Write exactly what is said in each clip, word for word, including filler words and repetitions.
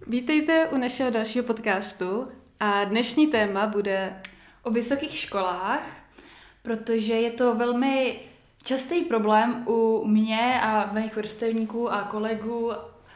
Vítejte u našeho dalšího podcastu a dnešní téma bude o vysokých školách, protože je to velmi častý problém u mě a mých vrstevníků a kolegů,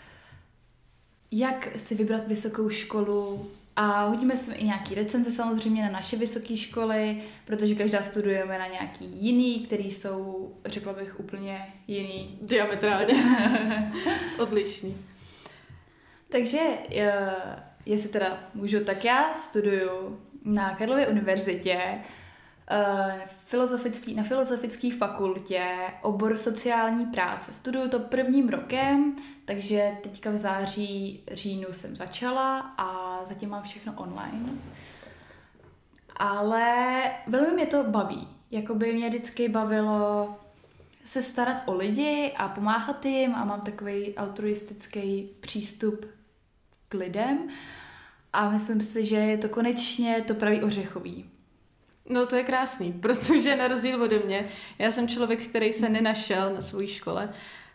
jak si vybrat vysokou školu. A hodíme se i nějaký recenze samozřejmě na naše vysoké školy, protože každá studujeme na nějaký jiný, který jsou, řekla bych, úplně jiný. Diametrálně odlišný. Takže, jestli teda můžu, tak já studuju na Karlově univerzitě filozofický, na filozofické fakultě obor sociální práce. Studuju to prvním rokem, takže teďka v září, říjnu jsem začala a zatím mám všechno online. Ale velmi mě to baví. Jakoby mě vždycky bavilo se starat o lidi a pomáhat jim a mám takový altruistický přístup k lidem a myslím si, že je to konečně to pravý ořechový. No to je krásný, protože na rozdíl ode mě, já jsem člověk, který se nenašel na své škole,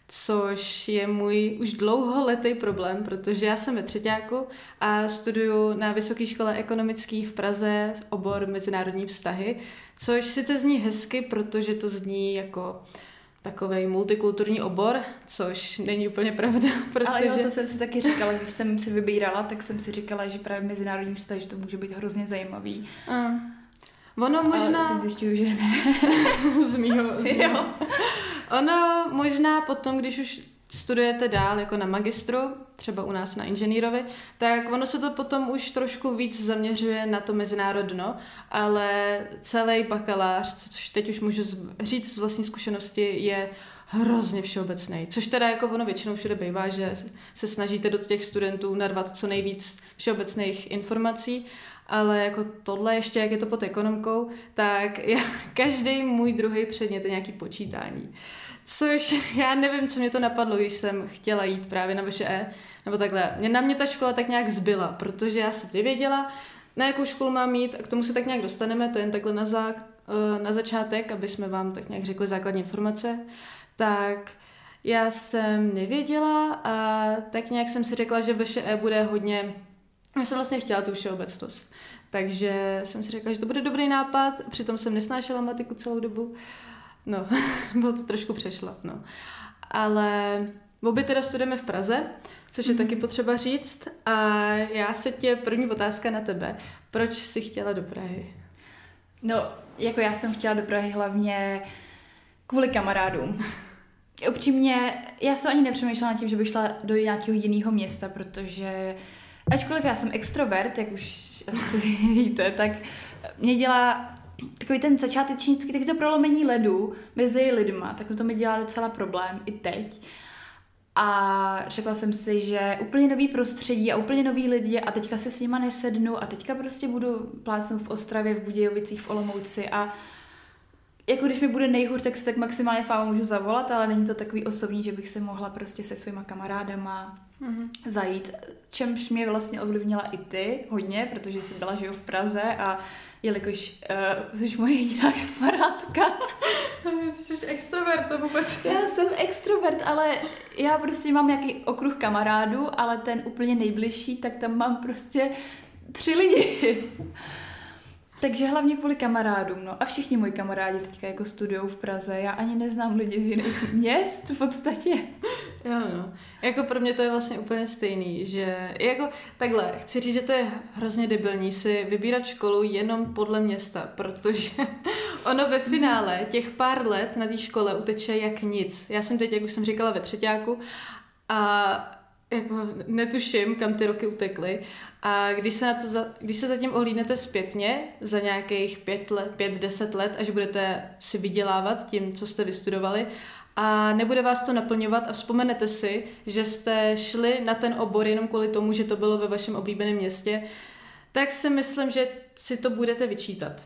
což je můj už dlouholetý problém, protože já jsem ve třeťáku a studuju na Vysoké škole ekonomické v Praze obor mezinárodní vztahy, což sice zní hezky, protože to zní jako takovej multikulturní obor, což není úplně pravda. Protože... Ale jo, to jsem si taky říkala, když jsem si vybírala, tak jsem si říkala, že právě mezinárodní vztahy, že to může být hrozně zajímavý. Mm. Ono možná... Ale teď zjišťuju, že ne. z mýho. Z mýho. Jo. Ono možná potom, když už studujete dál jako na magistru, třeba u nás na inženýrovi, tak ono se to potom už trošku víc zaměřuje na to mezinárodno, ale celý bakalář, což teď už můžu říct z vlastní zkušenosti, je hrozně všeobecný. Což teda jako ono většinou všude bývá, že se snažíte do těch studentů narvat co nejvíc všeobecných informací, ale jako tohle ještě, jak je to pod ekonomkou, tak já, každý můj druhý předmět je nějaký počítání. Což já nevím, co mě to napadlo, když jsem chtěla jít právě na VŠE, nebo takhle. Mě na mě ta škola tak nějak zbyla, protože já jsem nevěděla, na jakou školu mám jít a k tomu se tak nějak dostaneme, to jen takhle na, zá, na začátek, aby jsme vám tak nějak řekli základní informace. Tak já jsem nevěděla a tak nějak jsem si řekla, že VŠE bude hodně... Já jsem vlastně chtěla tu všeobecnost. Takže jsem si řekla, že to bude dobrý nápad, přitom jsem nesnášela matiku celou dobu. No, bylo to trošku přešlap, no. Ale obě teda studujeme v Praze, což je mm. taky potřeba říct. A já se tě, první otázka na tebe. Proč jsi chtěla do Prahy? No, jako já jsem chtěla do Prahy hlavně kvůli kamarádům. Upřímně, já jsem ani nepřemýšlela nad tím, že bych šla do nějakého jiného města, protože ačkoliv já jsem extrovert, jak už asi víte, tak mě dělá takový ten začátečnický, takový to prolomení ledu mezi lidma, tak to mi dělá docela problém i teď. A řekla jsem si, že úplně nový prostředí a úplně nový lidi a teďka se s nima nesednu a teďka prostě budu plácnout v Ostravě, v Budějovicích, v Olomouci a jako když mi bude nejhůř, tak se tak maximálně s váma můžu zavolat, ale není to takový osobní, že bych se mohla prostě se svýma kamarádama mm-hmm. zajít. Čemž mě vlastně ovlivnila i ty hodně, protože jsem byla, že jo, v Praze a jelikož uh, jsi moje jediná kamarádka. Jsi extrovert, to vůbec. Já jsem extrovert, ale já prostě mám nějaký okruh kamarádů, ale ten úplně nejbližší, tak tam mám prostě tři lidi. Takže hlavně kvůli kamarádům, no. A všichni moji kamarádi teďka jako studujou v Praze. Já ani neznám lidi z jiných měst v podstatě. Jo, no. Jako pro mě to je vlastně úplně stejný, že jako takhle, chci říct, že to je hrozně debilní si vybírat školu jenom podle města, protože ono ve finále těch pár let na té škole uteče jak nic. Já jsem teď, jak už jsem říkala, ve třeťáku a jako netuším, kam ty roky utekly. A když se, na to za, když se zatím ohlídnete zpětně za nějakých pět let, pět, deset let, až budete si vydělávat tím, co jste vystudovali a nebude vás to naplňovat a vzpomenete si, že jste šli na ten obor jenom kvůli tomu, že to bylo ve vašem oblíbeném městě, tak si myslím, že si to budete vyčítat.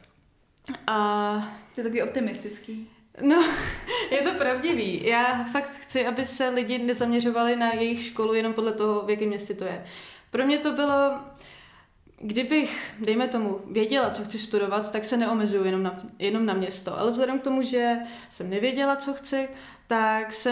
A to je takový optimistický. No, je to pravdivý. Já fakt chci, aby se lidi nezaměřovali na jejich školu jenom podle toho, v jakém městě to je. Pro mě to bylo, kdybych, dejme tomu, věděla, co chci studovat, tak se neomezuju jenom na, jenom na město. Ale vzhledem k tomu, že jsem nevěděla, co chci, tak jsem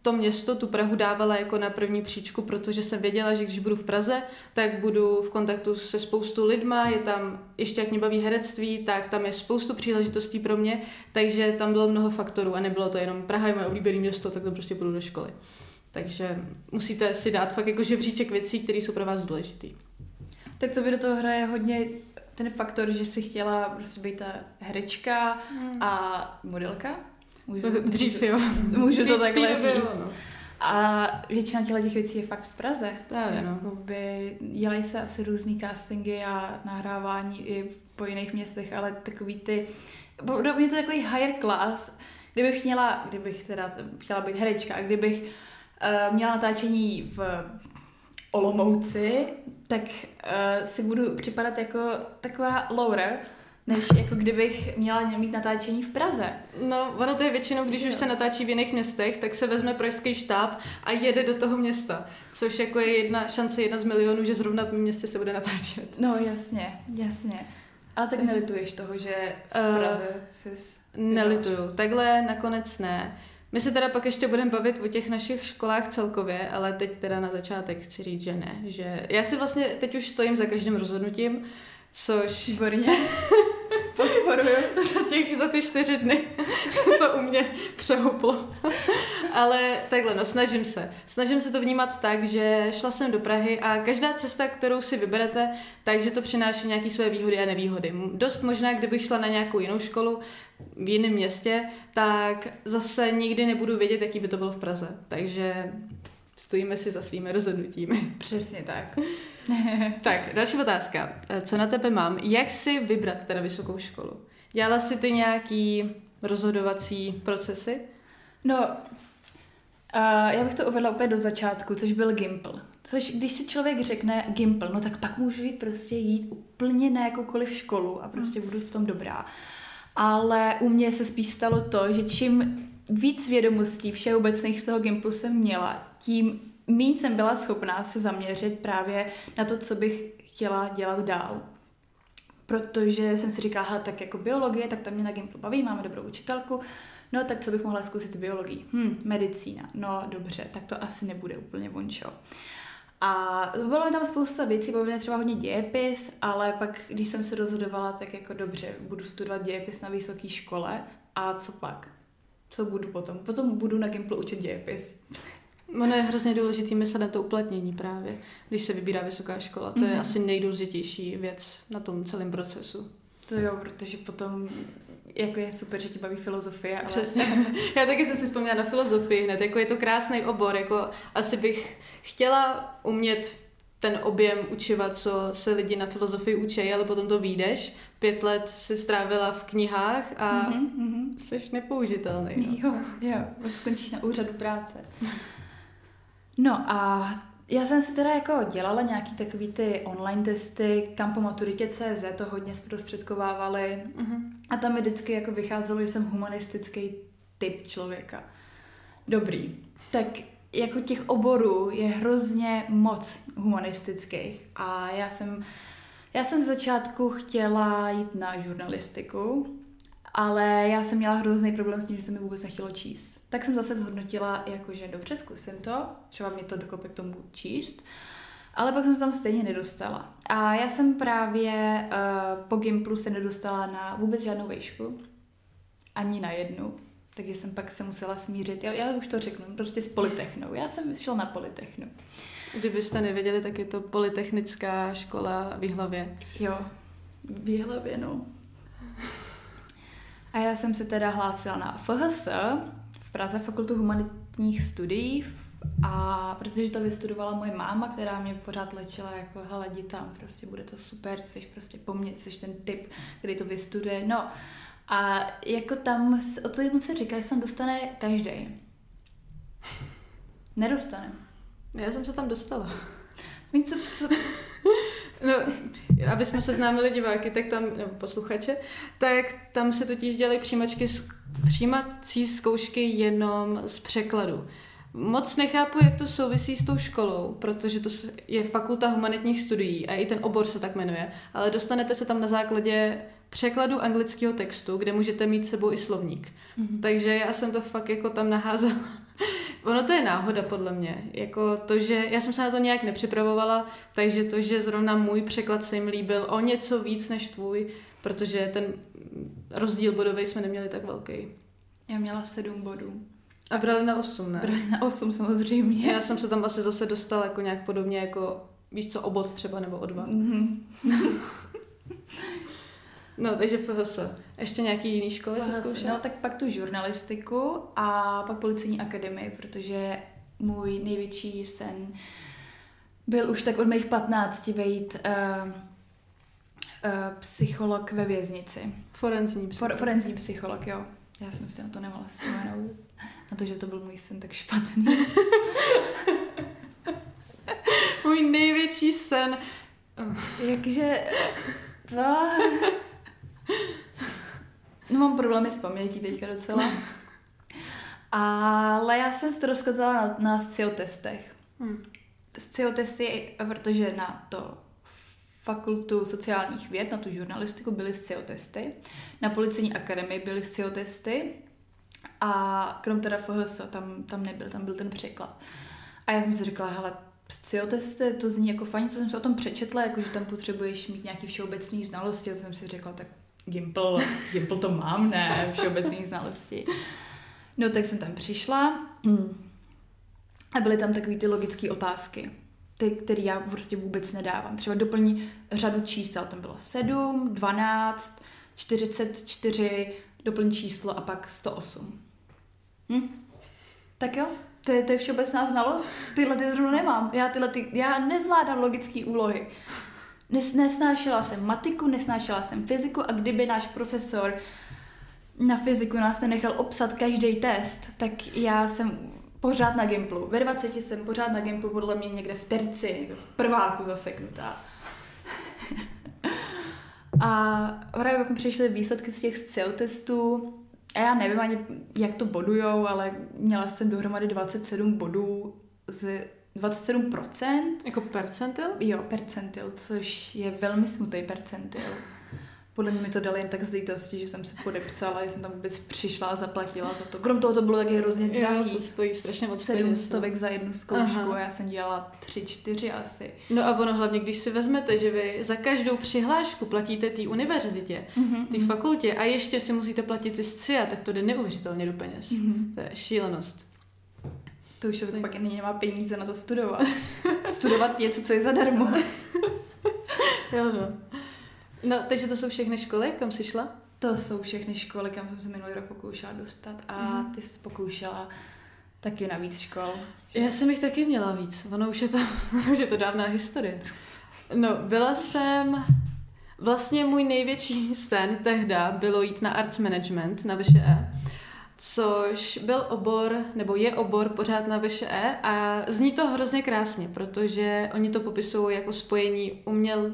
to město, tu Prahu dávala jako na první příčku, protože jsem věděla, že když budu v Praze, tak budu v kontaktu se spoustu lidma, je tam, ještě jak mě baví herectví, tak tam je spoustu příležitostí pro mě, takže tam bylo mnoho faktorů a nebylo to jenom Praha je moje oblíbené město, tak to prostě půjdu do školy. Takže musíte si dát fakt jako žebříček věcí, které jsou pro vás důležitý. Tak to by do toho hraje hodně ten faktor, že jsi chtěla prostě být ta herečka hmm. a modelka. Můžu, Dřív jo. Můžu to takhle Dřív, říct. no. A většina těch věcí je fakt v Praze. Právě, no. Jakoby, dělají se asi různý castingy a nahrávání i po jiných městech, ale takový ty, podobně to takový higher class, kdybych měla, kdybych teda chtěla být herečka a kdybych uh, měla natáčení v Olomouci, tak uh, si budu připadat jako taková Laura, než jako kdybych měla mít natáčení v Praze. No, ono to je většinou, když že už jo. se natáčí v jiných městech, tak se vezme pražský štáb a jede do toho města. Což jako je jedna šance, jedna z milionů, že zrovna v městě se bude natáčet. No jasně, jasně. Ale tak nelituješ toho, že v Praze uh, jsi... Nelituju. Takhle nakonec ne. My se teda pak ještě budeme bavit o těch našich školách celkově, ale teď teda na začátek chci říct, že ne. Že já si vlastně teď už stojím za každým rozhodnutím, což... Výborně. Podporuju. za, těch, za ty čtyři dny se to u mě přehouplo. Ale takhle, no snažím se. Snažím se to vnímat tak, že šla jsem do Prahy a každá cesta, kterou si vyberete, takže to přináší nějaké své výhody a nevýhody. Dost možná, kdybych šla na nějakou jinou školu v jiném městě, tak zase nikdy nebudu vědět, jaký by to bylo v Praze. Takže stojíme si za svými rozhodnutími. Přesně tak. Tak, další otázka. Co na tebe mám? Jak si vybrat teda vysokou školu? Dělala jsi ty nějaký rozhodovací procesy? No, uh, já bych to uvedla úplně do začátku, což byl Gimpl. Což když si člověk řekne Gimpl, no tak pak můžu jít prostě jít úplně na jakoukoliv školu a prostě budu v tom dobrá. Ale u mě se spíš stalo to, že čím víc vědomostí všeobecných z toho Gimplu jsem měla, tím míň jsem byla schopná se zaměřit právě na to, co bych chtěla dělat dál. Protože jsem si říkala, tak jako biologie, tak tam mě na Gimplu baví, máme dobrou učitelku, no tak co bych mohla zkusit s biologií? Hm, medicína, no dobře, tak to asi nebude úplně vončo. A bylo mi tam spousta věcí, bylo mě třeba hodně dějepis, ale pak, když jsem se rozhodovala, tak jako dobře, budu studovat dějepis na vysoké škole a co pak? Co budu potom? Potom budu na Gimplu učit dějepis. Ono je hrozně důležitý myslet na to uplatnění právě, když se vybírá vysoká škola. To mm-hmm. je asi nejdůležitější věc na tom celém procesu. To jo, protože potom jako je super, že ti baví filozofie. Ale... Přesně. Já taky jsem si vzpomněla na filozofii hned, jako je to krásný obor, jako asi bych chtěla umět ten objem učiva, co se lidi na filozofii učí, ale potom to vyjdeš. Pět let si strávila v knihách a mm-hmm. jsi nepoužitelný. No. Jo, jo, skončíš na úřadu práce. No a já jsem si teda jako dělala nějaký takový ty online testy, kam po maturitě tečka cé zet to hodně zprostředkovávali mm-hmm. a tam mi vždycky jako vycházelo, že jsem humanistický typ člověka. Dobrý. Tak jako těch oborů je hrozně moc humanistických a já jsem, já jsem z začátku chtěla jít na žurnalistiku, ale já jsem měla hrozný problém s tím, že se mi vůbec nechtělo číst. Tak jsem zase zhodnotila, jakože dobře, zkusím to, třeba mě to dokope k tomu číst, ale pak jsem se tam stejně nedostala. A já jsem právě uh, po Gimplu se nedostala na vůbec žádnou vejšku, ani na jednu, takže jsem pak se musela smířit, já, já už to řeknu, prostě s Polytechnou. Já jsem šla na Polytechnu. Kdybyste nevěděli, tak je to Polytechnická škola v Jihlavě. Jo, v Jihlavě, no. A já jsem se teda hlásila na F H S v Praze, Fakultu humanitních studií, a protože to vystudovala moje máma, která mě pořád léčila jako, hele, jdi tam, prostě bude to super, jsi prostě po mně, jsi ten typ, který to vystuduje, no. A jako tam, o to jednou se říká, že se tam dostane každej. Nedostane. Já jsem se tam dostala. Víš, co, co... No, aby jsme seznámili diváky, tak tam, nebo posluchače, tak tam se totiž dělají přijímačky, přijímací zkoušky jenom z překladu. Moc nechápu, jak to souvisí s tou školou, protože to je Fakulta humanitních studií a i ten obor se tak jmenuje, ale dostanete se tam na základě překladu anglického textu, kde můžete mít s sebou i slovník. Mm-hmm. Takže já jsem to fakt jako tam naházela Ono to je náhoda podle mě, jako to, že já jsem se na to nějak nepřipravovala, takže to, že zrovna můj překlad se jim líbil o něco víc než tvůj, protože ten rozdíl bodový jsme neměli tak velký. Já měla sedm bodů. A brali na osm, ne? Brali na osm samozřejmě. Já jsem se tam asi zase dostala jako nějak podobně, jako víš co, o bod třeba nebo o dva. Mm-hmm. No, takže F H S. Ještě nějaký jiný školy se zkoušela? No, tak pak tu žurnalistiku a pak policejní akademii, protože můj největší sen byl už tak od mých patnácti být uh, uh, psycholog ve věznici. Forenzní psycholog. For, forenzní psycholog, jo. Já jsem si na to nemohla vzpomenout. Na to, že to byl můj sen tak špatný. Můj největší sen. Jakže to... No, mám problémy s pamětí teďka docela. Ale já jsem se to rozkazala na, na S C I O testech. Hmm. S C I O testy, protože na to fakultu sociálních věd, na tu žurnalistiku byly S C I O testy. Na policejní akademii byly S C I O testy. A krom teda F H S, tam, tam nebyl, tam byl ten překlad. A já jsem si řekla, hele, S C I O testy, to zní jako fajn, co jsem si o tom přečetla, jakože tam potřebuješ mít nějaký všeobecný znalosti, a jsem si řekla, tak Gimpl, Gimpl to mám, ne, všeobecný znalosti. No tak jsem tam přišla a byly tam takový ty logické otázky, ty, které já prostě vůbec nedávám. Třeba doplní řadu čísel, tam bylo sedm, dvanáct, čtyřicet čtyři, doplň číslo a pak sto osm. Hm? Tak jo, to je, to je všeobecná znalost. Tyhle ty zrovna nemám. Já, tyhle ty, já nezvládám logické úlohy. Nes, nesnášela jsem matiku, nesnášela jsem fyziku a kdyby náš profesor na fyziku nás nenechal obsat každý test, tak já jsem pořád na Gimplu. Ve dvaceti jsem pořád na Gimplu, podle mě někde v terci, někde v prváku zaseknutá. A právě jak mi přišly výsledky z těch S C I O testů, a já nevím ani, jak to bodujou, ale měla jsem dohromady dvacet sedm bodů z dvacet sedm procent. Jako percentil? Jo, percentil, což je velmi smutný percentil. Podle mě mi to dali jen tak z lítosti, že jsem se podepsala, že jsem tam vůbec přišla a zaplatila za to. Krom toho to bylo taky hrozně drahý. Jo, to stojí strašně moc sedm stovek za jednu zkoušku a já jsem dělala tři, čtyři asi. No a ono hlavně, když si vezmete, že vy za každou přihlášku platíte té univerzitě, mm-hmm. té fakultě a ještě si musíte platit ty S C I A, tak to jde neuvěřitelně do peněz. Mm-hmm. To je šílenost. To už člověk pak není nemá peníze na to studovat. Studovat něco, co je zadarmo. Jo, no. No, takže to jsou všechny školy, kam jsi šla? To jsou všechny školy, kam jsem se minulý rok pokoušela dostat a mm. ty jsi pokoušela taky na víc škol. Že? Já jsem jich taky měla víc, ono už je to, už je to dávná historie. No, byla jsem, vlastně můj největší sen tehda bylo jít na Arts Management na V Š E, což byl obor, nebo je obor pořád na V Š E a zní to hrozně krásně, protože oni to popisují jako spojení uměl,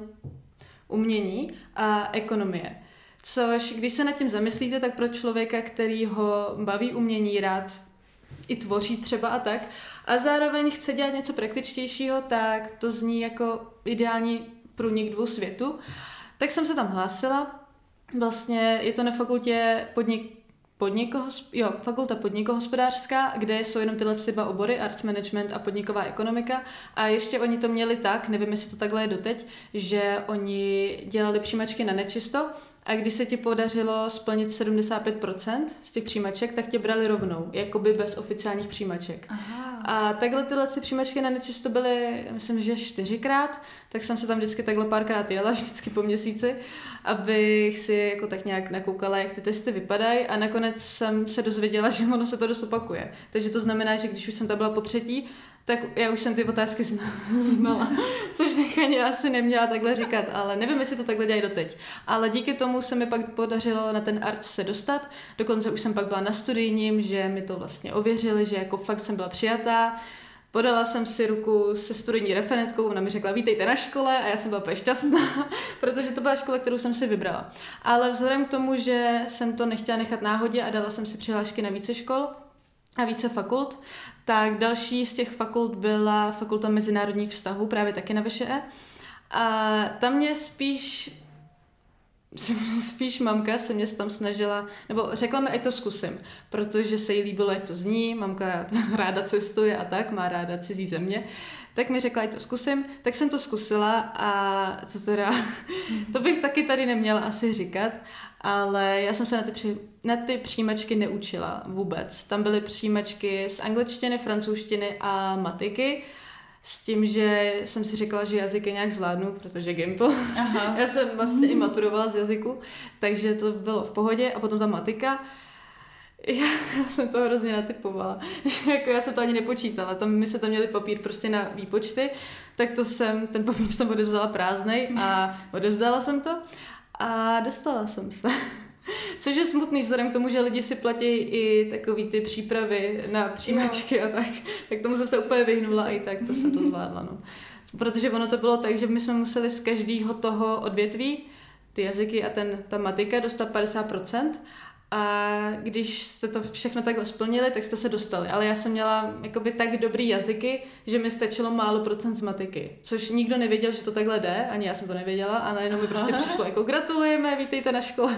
umění a ekonomie. Což, když se nad tím zamyslíte, tak pro člověka, který ho baví umění, rád i tvoří třeba a tak, a zároveň chce dělat něco praktičtějšího, tak to zní jako ideální průnik dvou světů. Tak jsem se tam hlásila. Vlastně je to na fakultě podnik Podnikohosp- jo, fakulta podnikohospodářská, kde jsou jenom tyhle dva obory, arts management a podniková ekonomika. A ještě oni to měli tak, nevím, jestli to takhle je doteď, že oni dělali přijímačky na nečisto a když se ti podařilo splnit sedmdesát pět procent z těch přijímaček, tak tě brali rovnou, jakoby bez oficiálních přijímaček. Aha. A takhle tyhle přijímačky na nečisto byly, myslím, že čtyřikrát, tak jsem se tam vždycky takhle párkrát jela, vždycky po měsíci, abych si jako tak nějak nakoukala, jak ty testy vypadají, a nakonec jsem se dozvěděla, že ono se to dost opakuje. Takže to znamená, že když už jsem tam byla po třetí, tak já už jsem ty otázky znala, což bych ani asi neměla takhle říkat, ale nevím, jestli to takhle dělají doteď. Ale díky tomu se mi pak podařilo na ten arts se dostat, dokonce už jsem pak byla na studijním, že mi to vlastně ověřili, že jako fakt jsem byla přijatá. Podala jsem si ruku se studijní referentkou, ona mi řekla, vítejte na škole, a já jsem byla úplně šťastná, protože to byla škola, kterou jsem si vybrala. Ale vzhledem k tomu, že jsem to nechtěla nechat náhodě a dala jsem si přihlášky na více škol a více fakult, tak další z těch fakult byla fakulta mezinárodních vztahů, právě taky na V Š E. A tam mě spíš spíš mamka se mě tam snažila, nebo řekla mi, ať to zkusím, protože se jí líbilo, jak to zní, mamka ráda cestuje a tak, má ráda cizí země, tak mi řekla, ať to zkusím, tak jsem to zkusila a co teda, to bych taky tady neměla asi říkat, ale já jsem se na ty, při, na ty přijímačky neučila vůbec. Tam byly přijímačky z angličtiny, francouzštiny a matiky, s tím, že jsem si řekla, že jazyky nějak zvládnu, protože Gimpl. Aha. Já jsem vlastně i maturovala z jazyku, takže to bylo v pohodě. A potom ta matika, já, já jsem to hrozně natypovala. Jako já jsem to ani nepočítala. Tam my se tam měli papír prostě na výpočty, tak to jsem, ten papír jsem odevzdala prázdnej a odevzdala jsem to a dostala jsem se. Což je smutný vzhledem k tomu, že lidi si platí i takový ty přípravy na přijímačky a tak. Tak tomu jsem se úplně vyhnula a i tak to jsem to zvládla. No. Protože ono to bylo tak, že my jsme museli z každého toho odvětví, ty jazyky a ten, ta matika, dostat padesát procent. A když jste to všechno takhle splnili, tak jste se dostali. Ale já jsem měla jakoby tak dobrý jazyky, že mi stačilo málo procent z matiky. Což nikdo nevěděl, že to takhle jde, ani já jsem to nevěděla a najednou mi prostě přišlo jako gratulujeme, vítejte na škole.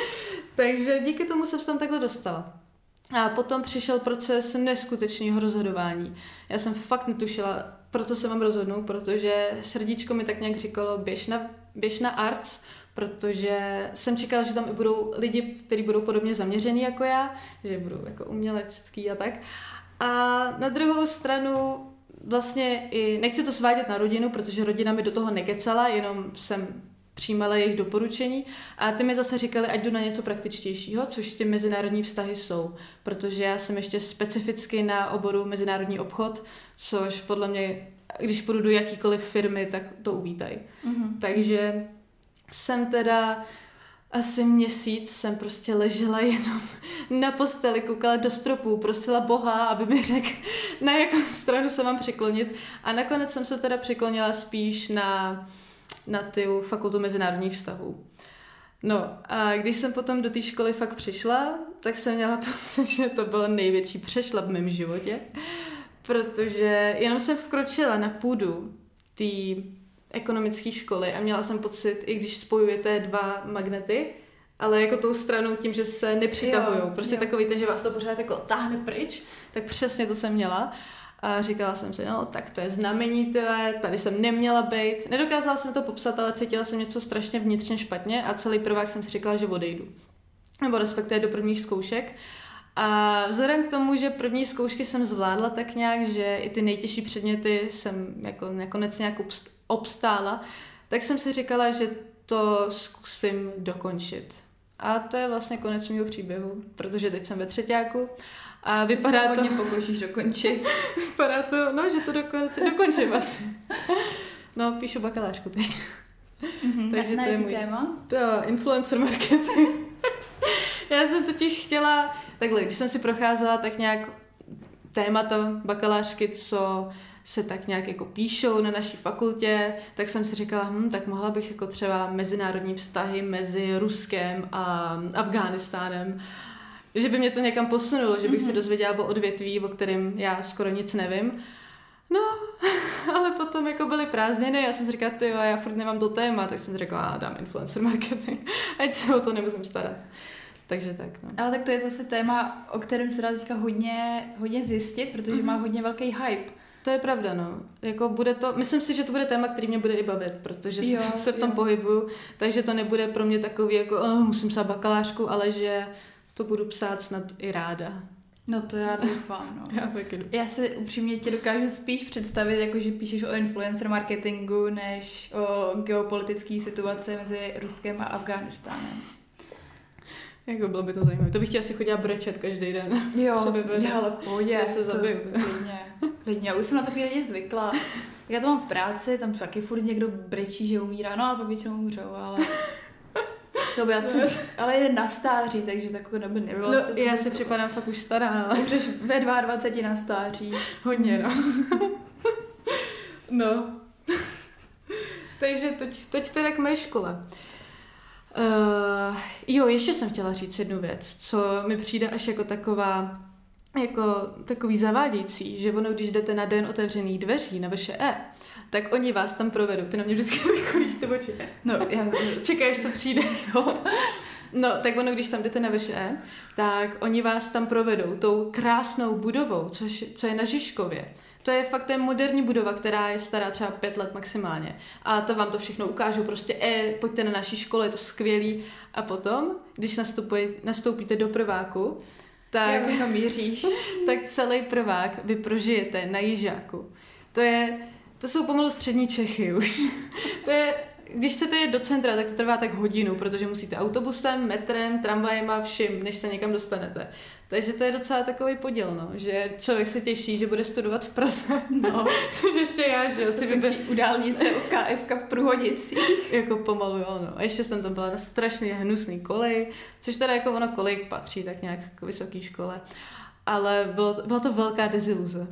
Takže díky tomu jsem se tam takhle dostala. A potom přišel proces neskutečného rozhodování. Já jsem fakt netušila, proto se mám rozhodnout, protože srdíčko mi tak nějak říkalo, běž na, běž na arts, protože jsem čekala, že tam i budou lidi, kteří budou podobně zaměření jako já, že budou jako umělecký a tak. A na druhou stranu vlastně i nechci to svádět na rodinu, protože rodina mi do toho nekecala, jenom jsem přijímala jejich doporučení a ty mi zase říkali, ať jdu na něco praktičtějšího, což s tím mezinárodní vztahy jsou, protože já jsem ještě specificky na oboru mezinárodní obchod, což podle mě, když půjdu do jakýkoliv firmy, tak to uvítají. Mm-hmm. Takže jsem teda asi měsíc jsem prostě ležela jenom na posteli, koukala do stropů, prosila Boha, aby mi řekl, na jakou stranu se mám přiklonit. A nakonec jsem se teda přiklonila spíš na, na tu fakultu mezinárodních vztahů. No a když jsem potom do té školy fakt přišla, tak jsem měla pocit, že to byl největší přešlap v mém životě, protože jenom jsem vkročila na půdu té ekonomické školy a měla jsem pocit, i když spojujete dva magnety, ale jako tou stranou tím, že se nepřitahujou. Prostě jo. Takový ten, že vás to pořád jako táhne pryč, tak přesně to jsem měla. A říkala jsem si, no tak to je znamení, tyhle, tady jsem neměla být. Nedokázala jsem to popsat, ale cítila jsem něco strašně vnitřně špatně a celý prvák jsem si říkala, že odejdu. Nebo respektive do prvních zkoušek. A vzhledem k tomu, že první zkoušky jsem zvládla tak nějak, že i ty nejtěžší předměty jsem jako nakonec nějak obstála, tak jsem si říkala, že to zkusím dokončit. A to je vlastně konec mého příběhu, protože teď jsem ve třetíku a vypadá to... hodně pokoušíš dokončit. Vypadá to, no, že to dokonce, dokončím asi. No, píšu bakalářku teď. Mm-hmm, takže na, to je můj téma? To je influencer marketing. Já jsem totiž chtěla, takhle, když jsem si procházela tak nějak témata bakalářky, co se tak nějak jako píšou na naší fakultě, tak jsem si říkala, hm, tak mohla bych jako třeba mezinárodní vztahy mezi Ruskem a Afghánistánem, že by mě to někam posunulo, že bych mm-hmm. se dozvěděla o odvětví, o kterém já skoro nic nevím. No, ale potom jako byly prázdniny, já jsem si říkala, tyjo, já furt nemám to téma, tak jsem si řekla, a dám influencer marketing, ať se o to nemusím starat. Takže tak, no. Ale tak to je zase téma, o kterém se dá teďka hodně, hodně zjistit, protože mm-hmm. má hodně velký hype. To je pravda, no. Jako bude to, myslím si, že to bude téma, který mě bude i bavit, protože jo, se v tom jo. pohybuju, takže to nebude pro mě takový jako, oh, musím psát bakalářku, ale že to budu psát snad i ráda. No to já doufám, no. Já taky doufám. Já si upřímně tě dokážu spíš představit, jako že píšeš o influencer marketingu, než o geopolitické situaci mezi Ruskem a Afghánistánem. Jako bylo by to zajímavé. To bych chtěla si chodila brečet každý den. Jo, ale v pohodě. Já se zabiju. Klidně, klidně. Já už jsem na takový lidi zvykla. Já to mám v práci, tam taky furt někdo brečí, že umírá, no a pak většinou umřou, ale... To by asi, ale jeden na stáří, takže takové doby nebylo. No, já si připadám fakt už stará, ale... Umřeš ve dvaceti dvou na stáří. Hodně, no. No. Takže teď, teď teda k mé škole. Uh, jo, ještě jsem chtěla říct jednu věc, co mi přijde až jako taková, jako takový zavádějící, že ono, když jdete na den otevřených dveří na V Š E, tak oni vás tam provedou. Ty na mě vždycky takovýš ty oči. No, já... Čekáš, co přijde. Jo. No, tak ono, když tam jdete na VŠE, tak oni vás tam provedou tou krásnou budovou, což, co je na Žižkově. To je fakt, to je moderní budova, která je stará třeba pět let maximálně. A to vám to všechno ukážu, prostě e, pojďte na naší škole, je to skvělý. A potom, když nastoupíte do prváku, tak, já míříš. tak celý prvák vy prožijete na Jižáku. To je, to jsou pomalu střední Čechy už. To je, když chcete jet do centra, tak to trvá tak hodinu, protože musíte autobusem, metrem, tramvajem a vším, než se někam dostanete. Takže to je docela takový podíl, no, že člověk se těší, že bude studovat v Praze, no, což ještě já, že asi vyber... u dálnice, u K F K v Průhodicích. Jako pomalu, jo, no. A ještě jsem tam byla na strašně hnusný kolej, což teda jako ono kolej patří tak nějak k vysoké škole. Ale bylo, byla to velká deziluze.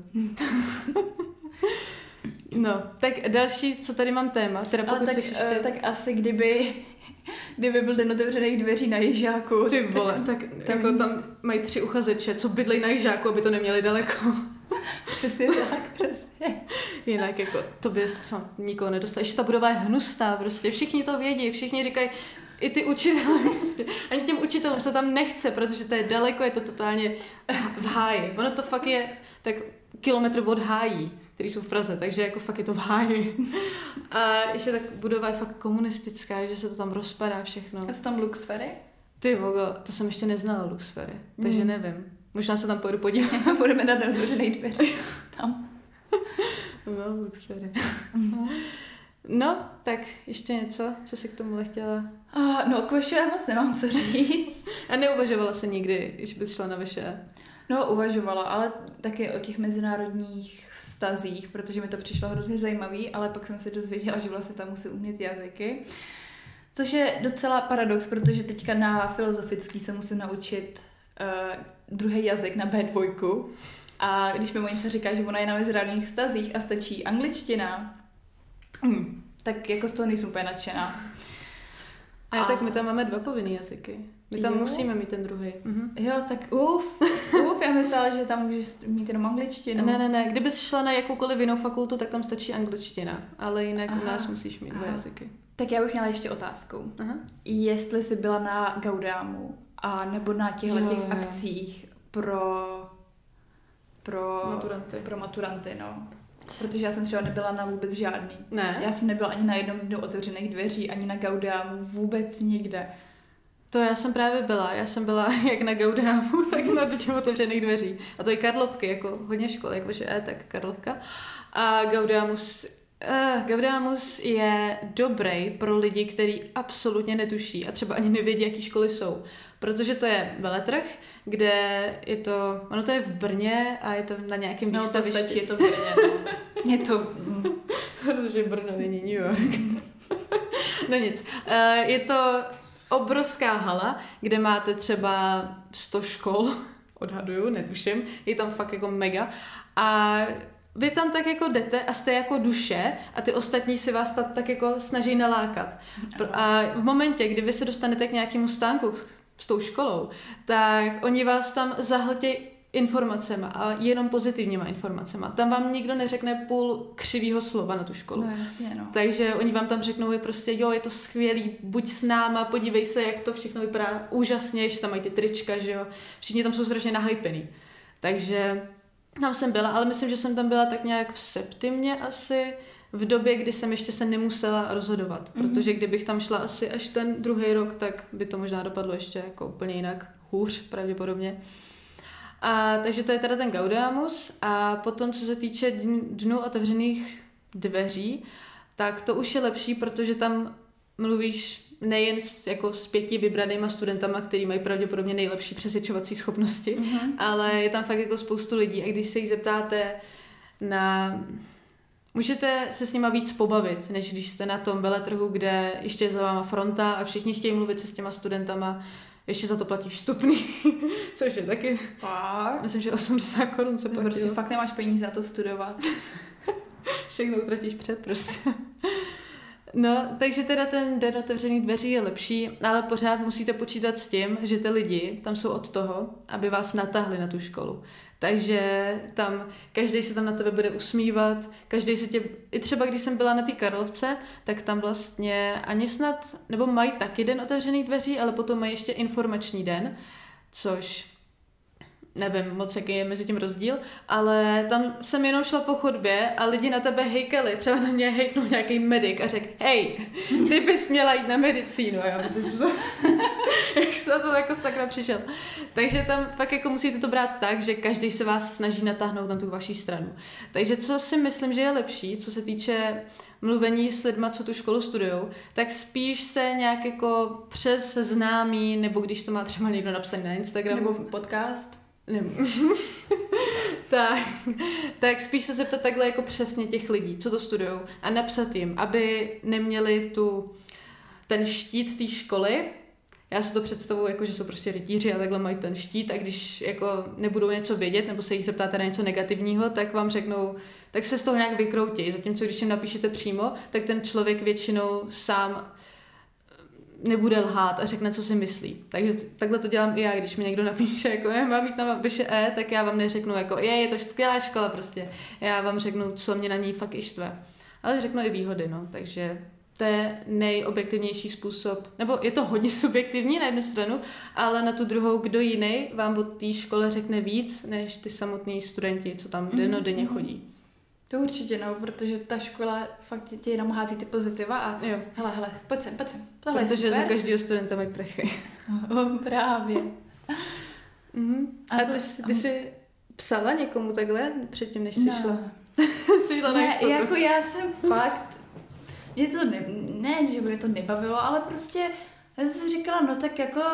No, tak další, co tady mám téma, teda pokud tak, ještě... uh, tak asi kdyby, kdyby byl den otevřených dveří na Jižáku. Ty vole, tak tam, jako tam mají tři uchazeče, co bydlejí na Jižáku, aby to neměli daleko. Přesně tak, přesně. Jinak jako to by nikoho nedostalo. Ještě ta budova je hnustá, prostě všichni to vědí, všichni říkají, i ty učitelé, prostě. Ani těm učitelům se tam nechce, protože to je daleko, je to totálně v háji. Ono to fakt je tak kilometr od hájí, který jsou v Praze, takže jako fakt je to v háji. A ještě tak budova je fakt komunistická, že se to tam rozpadá všechno. A jsou tam luxfery? Ty vogo, to jsem ještě neznala luxfery, takže mm. nevím. Možná se tam pojedu podívat. Budeme na otevřenej dveře. Tam. No, luxfery. Mm. No, tak ještě něco, co jsi k tomu chtěla? Uh, no, k VŠE moc nemám co říct. A neuvažovala se nikdy, když bys šla na VŠE? No, uvažovala, ale taky o těch mezinárodních vztazích, protože mi to přišlo hrozně zajímavý, ale pak jsem se dozvěděla, že vlastně tam musí umět jazyky. Což je docela paradox, protože teďka na filozofický se musím naučit uh, druhý jazyk na bé dva. A když mi Monice říká, že ona je na mezinárodních vztazích a stačí angličtina, hm, tak jako z toho nejsem úplně nadšená. A, a tak my tam máme dva povinný jazyky. My tam jo? musíme mít ten druhý. Mhm. Jo, tak uf, uf, já myslela, že tam můžeš mít jenom angličtinu. Ne, ne, ne, kdybys šla na jakoukoliv jinou fakultu, tak tam stačí angličtina, ale jinak aha, u nás musíš mít dva aha. jazyky. Tak já bych měla ještě otázku. Aha. Jestli jsi byla na Gaudámu a nebo na těchto těch akcích pro pro maturanty. pro maturanty, no. Protože já jsem třeba nebyla na vůbec žádný. Ne. Já jsem nebyla ani na jednom dnu otevřených dveří, ani na Gaudámu, vůbec nikde. To já jsem právě byla. Já jsem byla jak na Gaudámu, tak na těch otevřených dveří. A to je Karlovky, jako hodně škol, jako že e, tak Karlovka. A Gaudámus, uh, Gaudámus je dobrý pro lidi, kteří absolutně netuší a třeba ani nevědí, jaký školy jsou. Protože to je veletrh, kde je to, ono to je v Brně a je to na nějakém no, výstavišti. No to stačí, je to v Brně. No. Je to... Protože Brno není New York. No nic. Uh, je to obrovská hala, kde máte třeba sto škol, odhaduju, netuším, je tam fakt jako mega. A vy tam tak jako jdete a jste jako duše a ty ostatní si vás tam tak jako snaží nalákat. A v momentě, kdy vy se dostanete k nějakému stánku s tou školou, tak oni vás tam zahltějí informacema a jenom pozitivníma informacema. Tam vám nikdo neřekne půl křivýho slova na tu školu. No jasně, no. Takže oni vám tam řeknou, je prostě, jo, je to skvělý, buď s náma, podívej se, jak to všechno vypadá úžasně, že tam mají ty trička, že jo. Všichni tam jsou strašně nahypený. Takže tam jsem byla, ale myslím, že jsem tam byla tak nějak v septimě asi, v době, kdy jsem ještě se nemusela rozhodovat, mm-hmm. protože kdybych tam šla asi až ten druhý rok, tak by to možná dopadlo ještě jako úplně jinak, hůř pravděpodobně. A takže to je teda ten Gaudeamus a potom, co se týče dnů otevřených dveří, tak to už je lepší, protože tam mluvíš nejen s, jako s pěti vybranýma studentama, který mají pravděpodobně nejlepší přesvědčovací schopnosti, mm-hmm. ale je tam fakt jako spoustu lidí a když se jich zeptáte na... Můžete se s nima víc pobavit, než když jste na tom veletrhu, kde ještě je za váma fronta a všichni chtějí mluvit se s těma studentama, ještě za to platíš vstupný, což je taky, fakt? Myslím, že osmdesát korun se platí. Prostě fakt nemáš peníze na to studovat. Všechno utratíš před prostě. No, takže teda ten den otevřených dveří je lepší, ale pořád musíte počítat s tím, že ty lidi tam jsou od toho, aby vás natáhli na tu školu. Takže tam každý se tam na tebe bude usmívat, každý se tě, i třeba když jsem byla na té Karlovce, tak tam vlastně ani snad, nebo mají taky den otevřených dveří, ale potom mají ještě informační den, což nevím moc, jaký je mezi tím rozdíl, ale tam jsem jenom šla po chodbě a lidi na tebe hejkali. Třeba na mě hejknul nějaký medic a řekl, hej, ty bys měla jít na medicínu. A já myslím, co jak se to jako sakra přišel. Takže tam fakt jako musíte to brát tak, že každý se vás snaží natáhnout na tu vaší stranu. Takže co si myslím, že je lepší, co se týče mluvení s lidma, co tu školu studujou, tak spíš se nějak jako přes známý, nebo když to má třeba někdo napsaný na Instagramu. Nebo podcast. tak, tak spíš se zeptat takhle jako přesně těch lidí, co to studujou a napsat jim, aby neměli tu, ten štít té školy. Já si to představuji jako, že jsou prostě rytíři a takhle mají ten štít a když jako nebudou něco vědět nebo se jich zeptáte na něco negativního, tak vám řeknou, tak se z toho nějak vykroutí. Zatímco když jim napíšete přímo, tak ten člověk většinou sám nebude lhát a řekne, co si myslí. Takže t- takhle to dělám i já, když mi někdo napíše, jako je, mám jít na mapiše E, tak já vám neřeknu, jako je, je to skvělá škola prostě. Já vám řeknu, co mě na ní fakt i štve. Ale řeknu i výhody, no, takže to je nejobjektivnější způsob, nebo je to hodně subjektivní na jednu stranu, ale na tu druhou, kdo jiný vám o té škole řekne víc, než ty samotní studenti, co tam dennodenně chodí. To určitě, no, protože ta škola fakt tě jenom hází ty pozitiva a jo. hele, hele, pojď sem, pojď sem. Tohle protože za každého studenta mají prechy. Oh, právě. Mm-hmm. A, a to, ty, jsi, ty jsi psala někomu takhle předtím, než jsi no. šla? jsi šla ne, na jistotu. jako já jsem fakt, mě to ne, ne, že by mě to nebavilo, ale prostě já jsem si říkala, no tak jako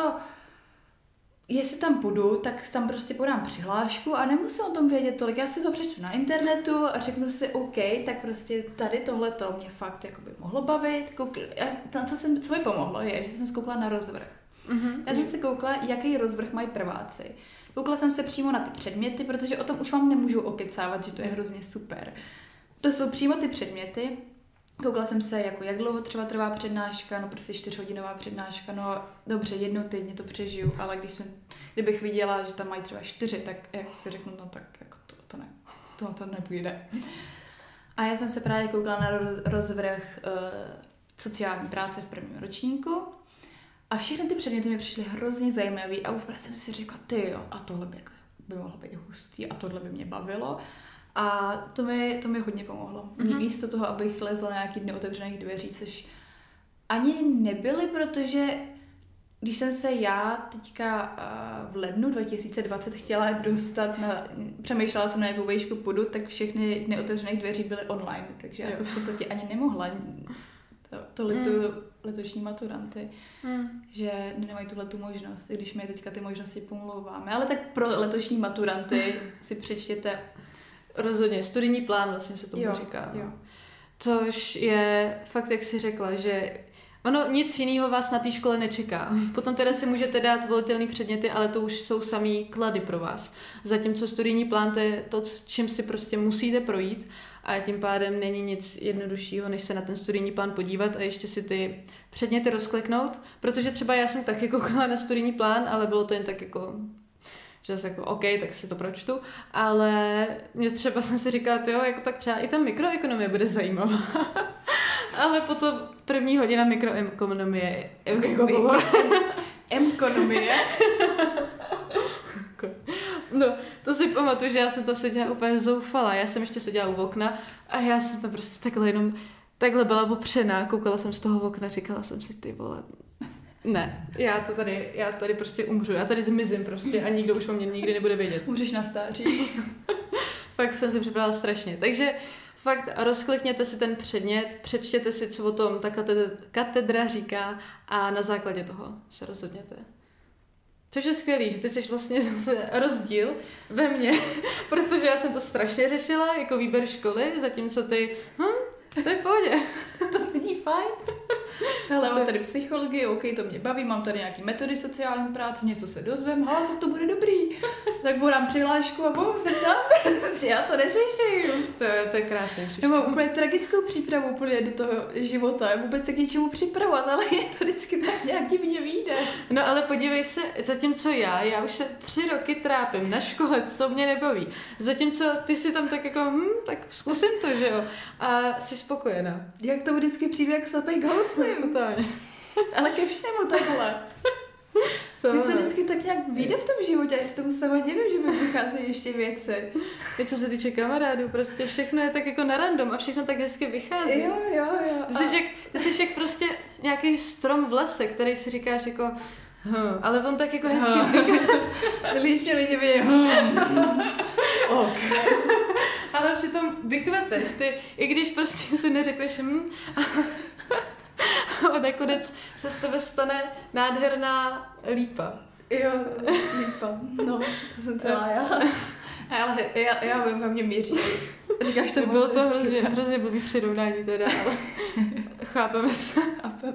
jestli tam půjdu, tak tam prostě podám přihlášku a nemusím o tom vědět tolik. Já si to přečtu na internetu a řeknu si, OK, tak prostě tady tohle to mě fakt jako by mohlo bavit. Koukl, a to, jsem, co mi pomohlo, je, že jsem se koukla na rozvrh. Mm-hmm. Já jsem si koukla, jaký rozvrh mají prváci. Koukla jsem se přímo na ty předměty, protože o tom už vám nemůžu okecávat, že to je hrozně super. To jsou přímo ty předměty. Koukla jsem se, jako jak dlouho třeba trvá přednáška, no prostě čtyřhodinová přednáška, no dobře, jednou týdně to přežiju, ale když jsem, kdybych viděla, že tam mají třeba čtyři, tak jak si řeknu, no tak jako to, to ne, to, to nepůjde. A já jsem se právě koukala na roz, rozvrh uh, sociální práce v prvním ročníku a všechny ty předměty mi přišly hrozně zajímavý a úplně jsem si řekla, ty jo, a tohle by, by mohlo být hustý a tohle by mě bavilo. A to mi, to mi hodně pomohlo. Mm-hmm. Místo toho, abych lezla na nějaký dny otevřených dveří, což ani nebyly, protože když jsem se já teďka uh, v lednu dva tisíce dvacet chtěla dostat na, přemýšlela jsem na jakou vejšku půjdu, tak všechny dny otevřených dveří byly online, takže já jsem v podstatě ani nemohla. To, to letu, mm. letošní maturanty, mm. že nemají tuhle tu možnost, i když my teďka ty možnosti pomlouváme. Ale tak pro letošní maturanty si přečtěte. Rozhodně, studijní plán vlastně se tomu jo, říká. Jo. Což je fakt, jak jsi řekla, že ono nic jiného vás na té škole nečeká. Potom teda si můžete dát volitelné předměty, ale to už jsou samý klady pro vás. Zatímco studijní plán to je to, čím si prostě musíte projít a tím pádem není nic jednoduššího, než se na ten studijní plán podívat a ještě si ty předměty rozkliknout, protože třeba já jsem taky koukala na studijní plán, ale bylo to jen tak jako že jsem jako, OK, tak si to pročtu, ale mě třeba jsem si říkala, jo, jako tak třeba i ta mikroekonomie bude zajímavá. Ale potom první hodina mikroekonomie. Ekonomie? No, to si pamatuju, že já jsem to seděla úplně zoufala. Já jsem ještě seděla u okna a já jsem tam prostě takhle jenom, takhle byla opřená, koukala jsem z toho okna, říkala jsem si, ty vole, ne, já to tady, já tady prostě umřu, já tady zmizím prostě a nikdo už o mě nikdy nebude vědět. Umřeš na stáří. Fakt jsem si připravila strašně. Takže fakt rozklikněte si ten předmět, přečtěte si, co o tom ta katedra, katedra říká a na základě toho se rozhodněte. Což je skvělý, že ty jsi vlastně zase rozdíl ve mně, protože já jsem to strašně řešila jako výběr školy, zatímco ty, hm, to je v pohodě. To zní fajn. Hele, mám tady psychologii, OK, to mě baví, mám tady nějaký metody sociální práce, něco se dozvím, hele, tak to bude dobrý. Tak podám přihlášku a bohu, jsem tam, já to neřeším. To je, to je krásný přístup. Já mám úplně tragickou přípravu úplně do toho života, vůbec se k něčemu připravovat, ale je to vždycky tak nějak divně vyjde. No ale podívej se, zatímco já, já už se tři roky trápím na škole, co mě nebaví. Zatímco ty si tam tak jako, hm, tak zkusím to, že jo. A jsi spokojená. Jak to vždycky přijde jak slepej k houslim. Ale ke všemu takhle. To je to vždycky tak nějak vyjde v tom životě, já si tomu sama divím, že mi vycházejí ještě věci. I co se týče kamarádů, prostě všechno je tak jako na random a všechno tak hezky vychází. Jo, jo, jo. Ty jsi, a... jak, ty jsi jak prostě nějaký strom v lese, který si říkáš jako, hm, ale on tak jako hezky vychází. Líž mě lidi vidějí, hm. Ok. Ale přitom vykveteš, ty, i když prostě si neřekneš hm, ale nakonec se z tebe stane nádherná lípa. Jo, lípa, no, to jsem celá já. Ale já, já vím, kam mě míří. Říkáš to bylo to hrozně, hrozně blbý přirovnání teda, ale chápeme se. Chápeme.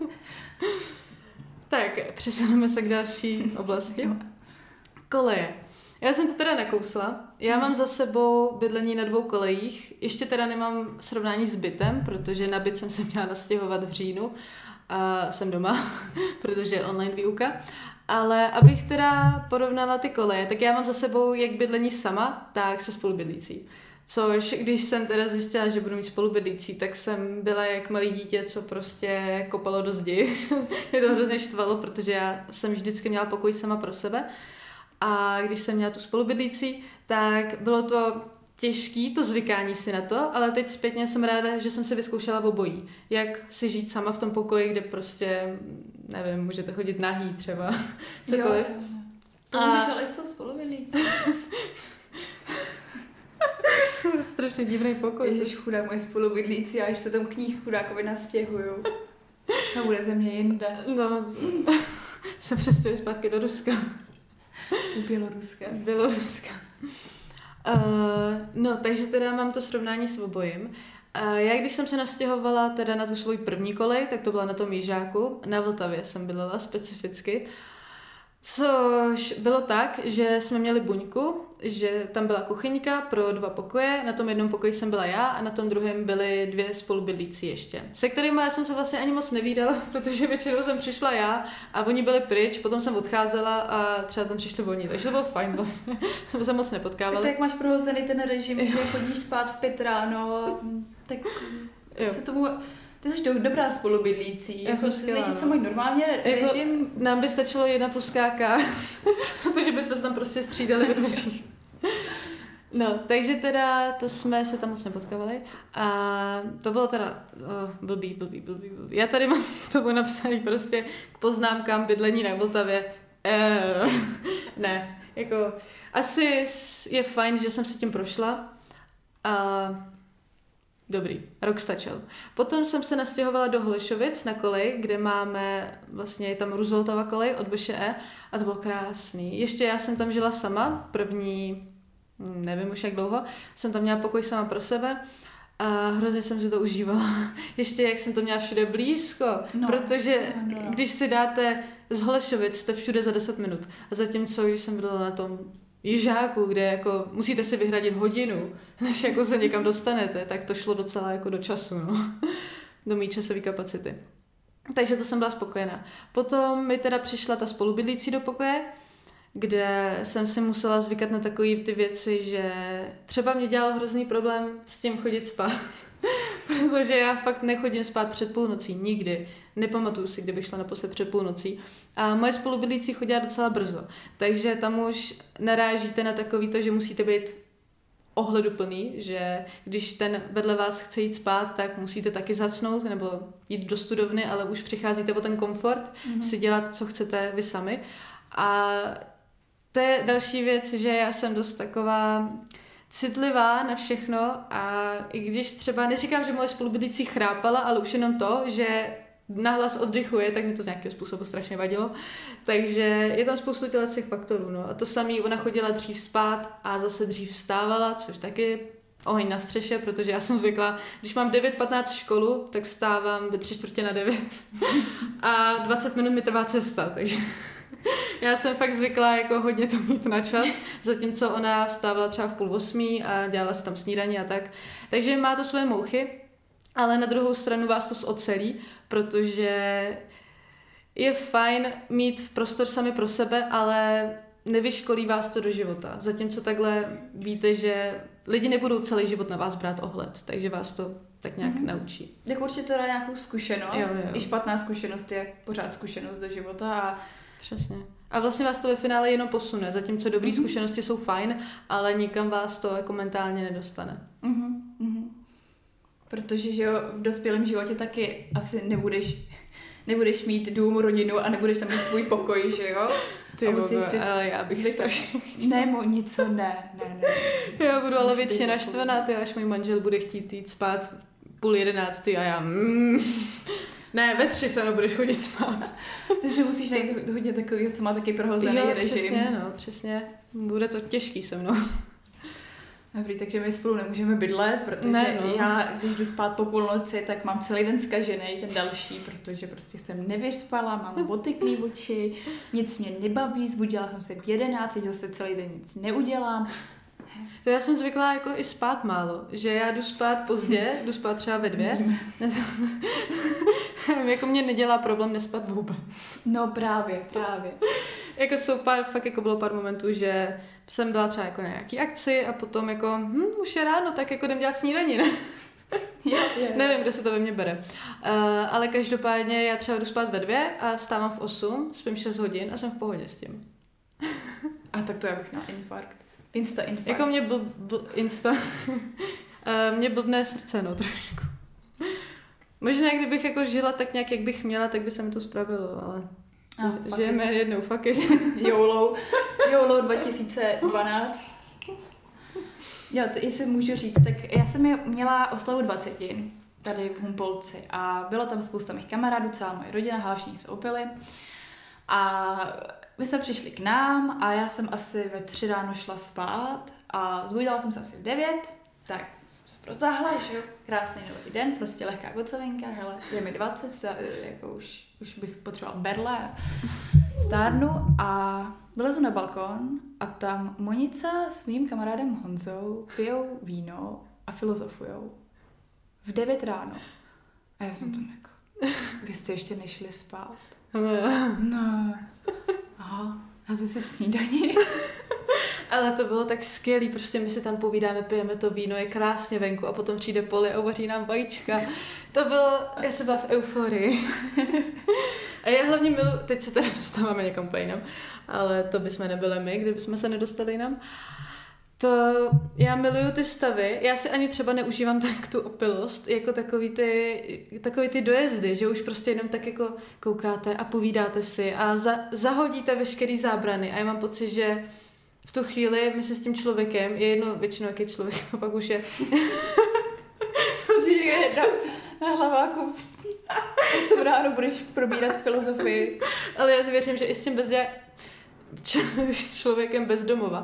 Tak, přesuneme se k další oblasti. Koleje. Já jsem to teda nakousla. Já mám za sebou bydlení na dvou kolejích. Ještě teda nemám srovnání s bytem, protože na byt jsem se měla nastěhovat v říjnu. A jsem doma, protože je online výuka. Ale abych teda porovnala ty koleje, tak já mám za sebou jak bydlení sama, tak se spolubydlící. Což, když jsem teda zjistila, že budu mít spolubydlící, tak jsem byla jak malý dítě, co prostě kopalo do zdi. Mě to hrozně štvalo, protože já jsem vždycky měla pokoj sama pro sebe. A když jsem měla tu spolubydlící, tak bylo to těžký, to zvykání si na to, ale teď zpětně jsem ráda, že jsem si vyzkoušela obojí. Jak si žít sama v tom pokoji, kde prostě, nevím, můžete chodit nahý třeba, cokoliv. Jo, to a... můžeš, ale jsou spolubydlící. Strašně divný pokoj. Ježiš, chudák moje spolubydlící, já se tam k ní chudákovi nastěhuju. A bude ze mě jinde. No, se přestěhuje zpátky do Ruska. U Běloruska. Běloruska. Uh, no, takže teda mám to srovnání s obojím. Uh, já když jsem se nastěhovala teda na tu svou první kolej, tak to byla na tom Jižáku. Na Vltavě jsem bydlela specificky. Což bylo tak, že jsme měli buňku, že tam byla kuchyňka pro dva pokoje, na tom jednom pokoji jsem byla já a na tom druhém byly dvě spolubydlící ještě. Se kterými já jsem se vlastně ani moc nevídala, protože většinou jsem přišla já a oni byli pryč, potom jsem odcházela a třeba tam přišli oni, takže to bylo fajn vlastně, jsme se moc nepotkávali. Tak jak máš prohozený ten režim, že chodíš spát v pět ráno, tak se tomu... Ty jsi do, dobrá spolubydlící. Jako lidi, co mají normálně režim... Jako, nám by stačilo jedna plus káka, protože bychom se tam prostě střídali ve dveřích. No, takže teda to jsme se tam moc nepotkávali a to bylo teda oh, blbý, blbý, blbý, blbý. Já tady mám tomu napsaný prostě k poznámkám bydlení na Vltavě. Eh, ne, jako asi je fajn, že jsem si tím prošla a dobrý, rok stačil. Potom jsem se nastěhovala do Holešovic na kolej, kde máme, vlastně je tam Rooseveltova kolej od V Š E a to bylo krásný. Ještě já jsem tam žila sama, první, nevím už jak dlouho, jsem tam měla pokoj sama pro sebe a hrozně jsem si to užívala. Ještě jak jsem to měla všude blízko, no, protože no, no. Když si dáte z Holešovic, jste všude za deset minut. A zatímco, když jsem byla na tom Jižáku, kde jako musíte si vyhradit hodinu, než jako se někam dostanete, tak to šlo docela jako do času, no. Do mý časové kapacity. Takže to jsem byla spokojená. Potom mi teda přišla ta spolubydlící do pokoje, kde jsem si musela zvykat na takové ty věci, že třeba mě dělal hrozný problém s tím chodit spát. Protože já fakt nechodím spát před půlnocí, nikdy. Nepamatuju si, kdybych šla naposled před půlnocí. A moje spolubydlící chodí docela brzo. Takže tam už narážíte na takový to, že musíte být ohleduplný, že když ten vedle vás chce jít spát, tak musíte taky zacnout nebo jít do studovny, ale už přicházíte o ten komfort, mm-hmm. si dělat, co chcete vy sami. A to je další věc, že já jsem dost taková citlivá na všechno a i když třeba, neříkám, že moje spolubydlící chrápala, ale už jenom to, že nahlas oddychuje, tak mi to z nějakého způsobu strašně vadilo. Takže je tam spoustu těch faktorů. No. A to samé, ona chodila dřív spát a zase dřív vstávala, což taky oheň na střeše, protože já jsem zvykla, když mám devět patnáct školu, tak vstávám ve tři čtvrtě na devět a dvacet minut mi trvá cesta, takže já jsem fakt zvykla jako hodně to mít na čas, zatímco ona vstávala třeba v půl osmí a dělala si tam snídaní a tak. Takže má to své mouchy, ale na druhou stranu vás to zocelí, protože je fajn mít prostor sami pro sebe, ale nevyškolí vás to do života. Zatímco takhle víte, že lidi nebudou celý život na vás brát ohled, takže vás to tak nějak mm-hmm. naučí. Tak určitě to dá nějakou zkušenost. Jo, jo. I špatná zkušenost je pořád zkušenost do života. A... Přesně. A vlastně vás to ve finále jenom posune, zatímco dobrý mm-hmm. zkušenosti jsou fajn, ale nikam vás to jako mentálně nedostane. Mm-hmm. Protože že jo, v dospělém životě taky asi nebudeš, nebudeš mít dům, rodinu a nebudeš tam mít svůj pokoj, že jo? Ty bobe, si ale já bych strašně Ne, mo, něco ne, ne, ne. Já budu ale většině naštvaná, ty, až můj manžel bude chtít jít spát půl jedenáctý a já mm, ne, ve tři se nebudeš chodit spát. Ty si musíš najít hodně takového, co má taky prohozený jo, režim. Přesně, no, přesně. Bude to těžký se mnou. Dobrý, takže my spolu nemůžeme bydlet, protože ne, no. já, když jdu spát po půlnoci, tak mám celý den zkažený, ten další, protože prostě jsem nevyspala, mám oteklý oči, nic mě nebaví, zbudila jsem se v jedenáct, zase celý den nic neudělám. To já jsem zvyklá jako i spát málo, že já jdu spát pozdě, jdu spát třeba ve dvě. Jako mě nedělá problém nespat vůbec. No právě, právě. Jako jsou pár, fakt jako bylo pár momentů, že jsem byla třeba jako na nějaký akci a potom jako, hm, už je ráno, tak jako jdem dělat snídaní, ne? Jo, jo. Nevím, kdo se to ve mně bere. Uh, ale každopádně já třeba jdu spát ve dvě a vstávám v osm, spím šest hodin a jsem v pohodě s tím. A tak to já bych měla infarkt. Insta infarkt. Jako mě bl, bl, insta, uh, mě blbné srdce, no trošku. Možná kdybych jako žila tak nějak, jak bych měla, tak by se mi to spravilo, ale ah, žijeme it. jednou, fuck it. YOLO, YOLO dva tisíce dvanáct. Jo, to jestli můžu říct, tak já jsem měla oslavu dvacetin tady v Humpolci a bylo tam spousta mých kamarádů, celá moje rodina, hlášení se opili a my jsme přišli k nám a já jsem asi ve tři ráno šla spát a zbudila jsem se asi v devět, tak jsem se protáhla, že jo, krásný nový den, prostě lehká kocovinka, hele, je mi dvacet, jako už, už bych potřebovala berle, stárnu a vylezu na balkon a tam Monica s mým kamarádem Honzou pijou víno a filozofujou. V devět ráno. A já jsem tam jako, vy jste ještě nešli spát? No. Aha, a to si snídaní. Ale to bylo tak skvělý, prostě my si tam povídáme, pijeme to víno, je krásně venku a potom přijde Poli a uvaří nám vajíčka. To bylo, já jsem byla v euforii. A já hlavně miluji, teď se tady dostáváme někam jinam, ale to bychom nebyli my, kdybychom se nedostali jinam. To já miluju ty stavy, já si ani třeba neužívám tak tu opilost, jako takový ty, takový ty dojezdy, že už prostě jenom tak jako koukáte a povídáte si a za, zahodíte veškerý zábrany a já mám pocit, že v tu chvíli my se s tím člověkem, je jedno většinou jaký člověk, a pak už je... Musíš je na hlaváku. osm ráno budeš probírat filozofii. Ale já si věřím, že i s tím bezdě... člověkem bez domova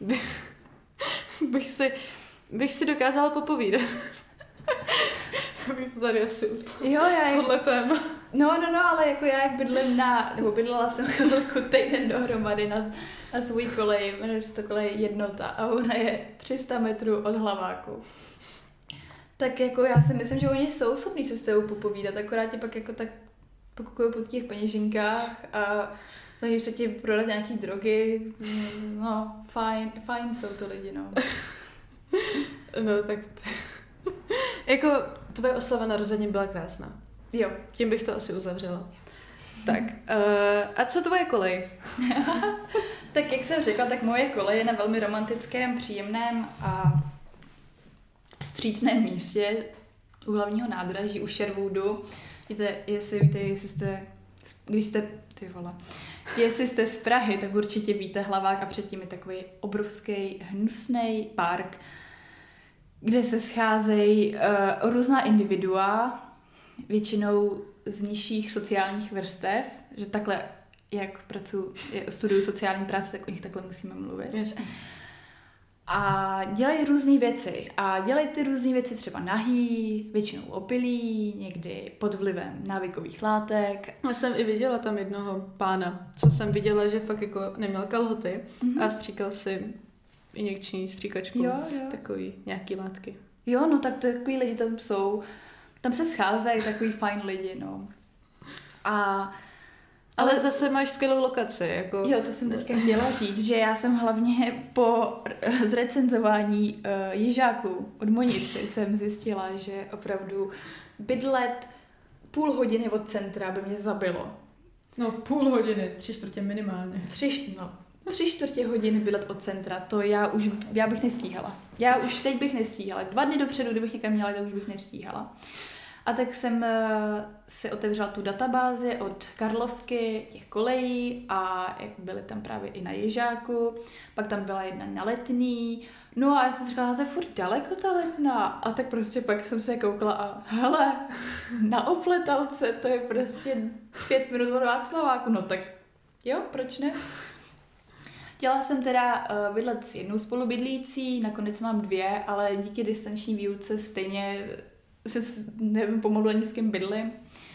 bych si, bych si dokázala popovídat. Bych to tady asi utla. Jo, já jak... Tohle téma. No, no, no, ale jako já jak bydlím na, nebo bydlela jsem chvilku týden dohromady na, na svůj kolej, jmenuje se to kolej Jednota a ona je tři sta metrů od Hlaváku. Tak jako já si myslím, že oni jsou schopní se s tebou popovídat, akorát tě pak jako tak pokukují po těch peněžinkách a snaží se ti prodat nějaký drogy, no, fajn, fajn jsou to lidi, no. No, tak t- jako tvoje oslava narození byla krásná. Jo. Tím bych to asi uzavřela. Tak, uh, a co tvoje kolej? Tak jak jsem řekla, tak moje kolej je na velmi romantickém, příjemném a vstřícném místě u hlavního nádraží, u Sherwoodu. Víte, jestli víte, jestli jste, když jste, ty vole, jestli jste z Prahy, tak určitě víte Hlavák a předtím je takový obrovský, hnusný park, kde se scházejí uh, různá individua, většinou z nižších sociálních vrstev, že takhle, jak pracuji, studuju sociální práci, tak o nich takhle musíme mluvit. Yes. A dělají různé věci. A dělají ty různé věci třeba nahý, většinou opilí, někdy pod vlivem návykových látek. Já jsem i viděla tam jednoho pána, co jsem viděla, že fakt jako neměl kalhoty mm-hmm. a stříkal si injekční stříkačkou. Jo, jo. Takový nějaký látky. Jo, no tak takový lidi tam jsou. Tam se scházejí takový fajn lidi, no. A Ale, ale zase máš skvělou lokaci. Jako... Jo, to jsem teďka chtěla říct, že já jsem hlavně po zrecenzování uh, Jižáků od Monici jsem zjistila, že opravdu bydlet půl hodiny od centra by mě zabilo. No půl hodiny, tři čtvrtě minimálně. Tři, no, tři čtvrtě hodiny bydlet od centra, to já už, já bych nestíhala. Já už teď bych nestíhala. Dva dny dopředu, kdybych někam měla, tak už bych nestíhala. A tak jsem uh, si otevřela tu databázi od Karlovky, těch kolejí a jak byly tam právě i na Jižáku, pak tam byla jedna na Letný, no a já jsem si říkala, to je furt daleko ta Letná a tak prostě pak jsem se koukla a hele, na Opletalce, to je prostě pět minut od Václaváku, no tak jo, proč ne? Chtěla jsem teda uh, bydlet s jednou spolubydlící, nakonec mám dvě, ale díky distanční výuce stejně se nevím pomalu ani s kým bydlím.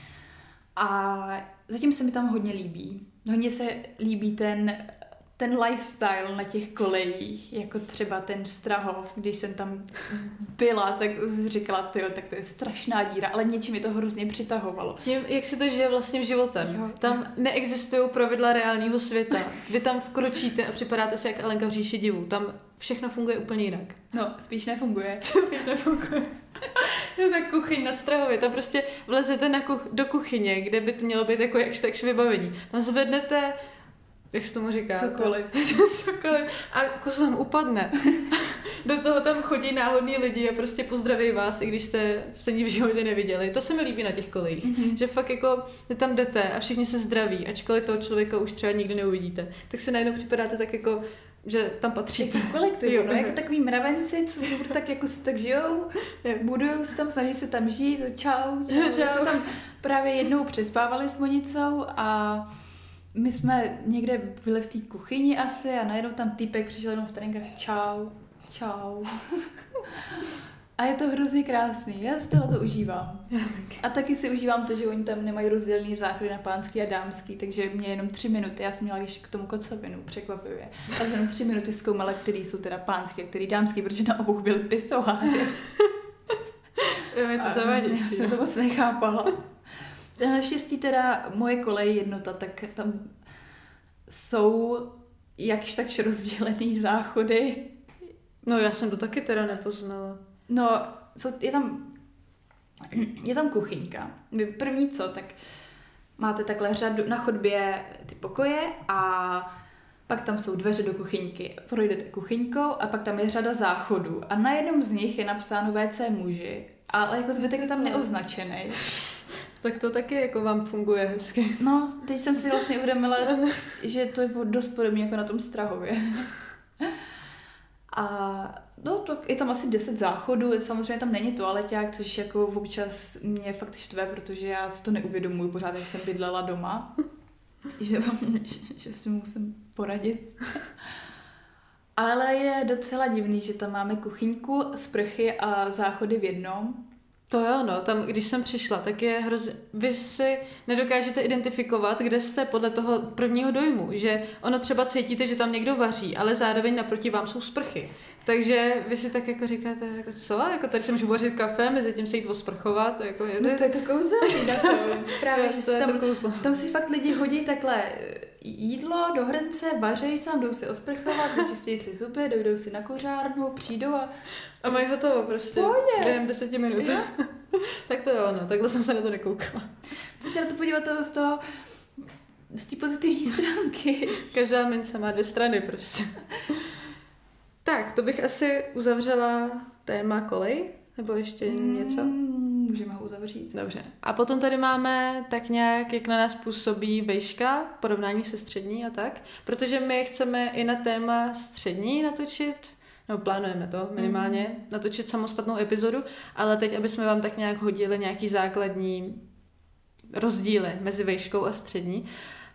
A zatím se mi tam hodně líbí. Hodně se líbí ten, ten lifestyle na těch kolejích, jako třeba ten Strahov, když jsem tam byla, tak jsem říkala, tyjo, tak to je strašná díra, ale něčím mi to hrozně přitahovalo. Tím, jak si to žije vlastním životem. Jo, tam jo. Neexistují pravidla reálního světa. Vy tam vkročíte a připadáte si jak Alenka v říši divů. Tam všechno funguje úplně jinak. No, spíš nefunguje. Spíš nefunguje. Je tak kuchyň na Strahově, tam prostě vlezete na kuch- do kuchyně, kde by to mělo být jako jakž takž vybavení. Tam zvednete, jak se tomu říká? Cokoliv. Cokoliv. A kus vám upadne. Do toho tam chodí náhodní lidi a prostě pozdraví vás, i když jste se ní v životě neviděli. To se mi líbí na těch kolejích. Mm-hmm. Že fakt jako vy tam jdete a všichni se zdraví, ačkoliv toho člověka už třeba nikdy neuvidíte. Tak se najednou připadáte tak jako že tam patříte. Jako v kolektivu, no, jako takový mravenci, co tak jako si tak žijou, budujou se tam, snaží se tam žít, čau, čau. čau. My jsme tam právě jednou přespávali s Monicou a my jsme někde byli v té kuchyni asi a najednou tam týpek přišel jenom v trenkách, čau, čau. A je to hrozně krásný, já si tohle to užívám. A taky si užívám to, že oni tam nemají rozdělený záchody na pánský a dámský, takže mě jenom tři minuty, já jsem měla ještě k tomu kocovinu, překvapivě. A jsem jenom tři minuty zkoumala, který jsou teda pánský a který dámský, protože na obou byly pisoáry. Jo, je to zavádějící. Já jsem to moc nechápala. Naštěstí teda moje kolej jednota, tak tam jsou jakž takž rozdělený záchody. No já jsem to taky teda nepoznala. No, jsou, je tam je tam kuchyňka. První co, tak máte takhle řadu na chodbě ty pokoje a pak tam jsou dveře do kuchyňky. Projdete kuchyňkou a pak tam je řada záchodů. A na jednom z nich je napsáno V C muži, ale jako zbytek je tam neoznačený. Tak to taky jako vám funguje hezky. No, teď jsem si vlastně uvědomila, že to je dost podobné jako na tom Strahově. A no, to je tam asi deset záchodů, samozřejmě tam není toaleťák, což jako občas mě fakt štve, protože já si to neuvědomuji pořád, jak jsem bydlela doma, že, že, že si musím poradit. Ale je docela divný, že tam máme kuchyňku, sprchy a záchody v jednom. To jo, no, tam, když jsem přišla, tak je hrozně, vy si nedokážete identifikovat, kde jste podle toho prvního dojmu, že ono třeba cítíte, že tam někdo vaří, ale zároveň naproti vám jsou sprchy. Takže vy si tak jako říkáte, jako co, jako tady si můžu vařit kafe, mezi tím se jít osprchovat, jako jede. No to je to kouzelný na to. Právě, jo, že to tam, to tam si fakt lidi hodí takhle jídlo do hrnce, vařejí tam, jdou si osprchovat, dočistějí si zuby, dojdou si na kuřárnu, přijdou a... A mají hotovo prostě, Pohodě. během deseti minut. Tak to jo, no, takhle jsem se na to nekoukala. Musíte na to podívat toho, z toho, z té pozitivní stránky. Každá mince má dvě strany prostě. Tak, to bych asi uzavřela téma kolej, nebo ještě něco? Mm, můžeme ho uzavřít. Dobře. A potom tady máme tak nějak, jak na nás působí vejška, porovnání se střední a tak, protože my chceme i na téma střední natočit, no plánujeme to minimálně, mm. natočit samostatnou epizodu, ale teď, aby jsme vám tak nějak hodili nějaký základní rozdíly mezi vejškou a střední,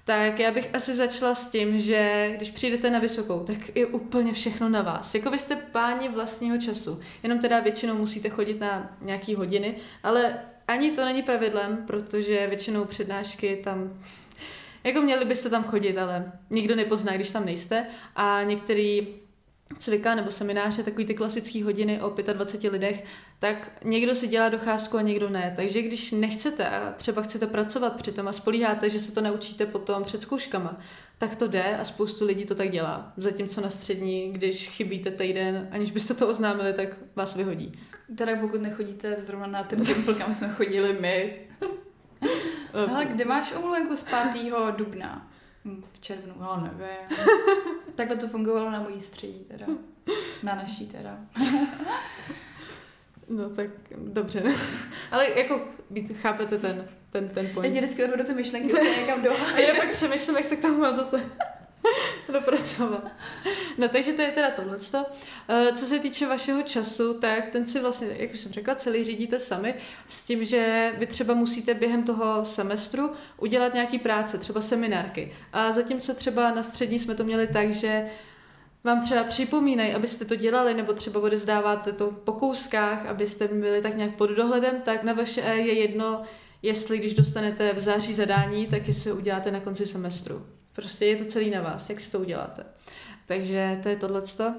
Tak já bych asi začala s tím, že když přijdete na vysokou, tak je úplně všechno na vás. Jako vy jste páni vlastního času. Jenom teda většinou musíte chodit na nějaký hodiny, ale ani to není pravidlem, protože většinou přednášky tam... Jako měli byste tam chodit, ale nikdo nepozná, když tam nejste. A některý cvika nebo semináře, takový ty klasické hodiny o dvaceti pěti lidech, tak někdo si dělá docházku a někdo ne. Takže když nechcete a třeba chcete pracovat přitom a spolíháte, že se to naučíte potom před zkouškama, tak to jde a spoustu lidí to tak dělá. Zatímco na střední, když chybíte týden, aniž byste to oznámili, tak vás vyhodí. Teda pokud nechodíte zrovna na ten simple, kam jsme chodili my. Ale kde máš omluvenku z pátého dubna? Hm, v červnu, já nevím. Takhle to fungovalo na mojí střední teda. Na naší teda. No tak dobře. Ale jako chápete ten, ten, ten point. Já ti vždycky odvedu ty myšlenky úplně někam do A já pak přemýšlím, jak se k tomu mám zase dopracovat. No takže to je teda tohleto. Co se týče vašeho času, tak ten si vlastně, jak už jsem řekla, celý řídíte sami s tím, že vy třeba musíte během toho semestru udělat nějaký práce, třeba seminárky. A zatímco třeba na střední jsme to měli tak, že vám třeba připomínají, abyste to dělali, nebo třeba odezdáváte to po kouskách, abyste byli tak nějak pod dohledem, tak na vaše E je jedno, jestli když dostanete v září zadání, tak jestli ho uděláte na konci semestru. Prostě je to celý na vás, jak si to uděláte. Takže to je tohleto.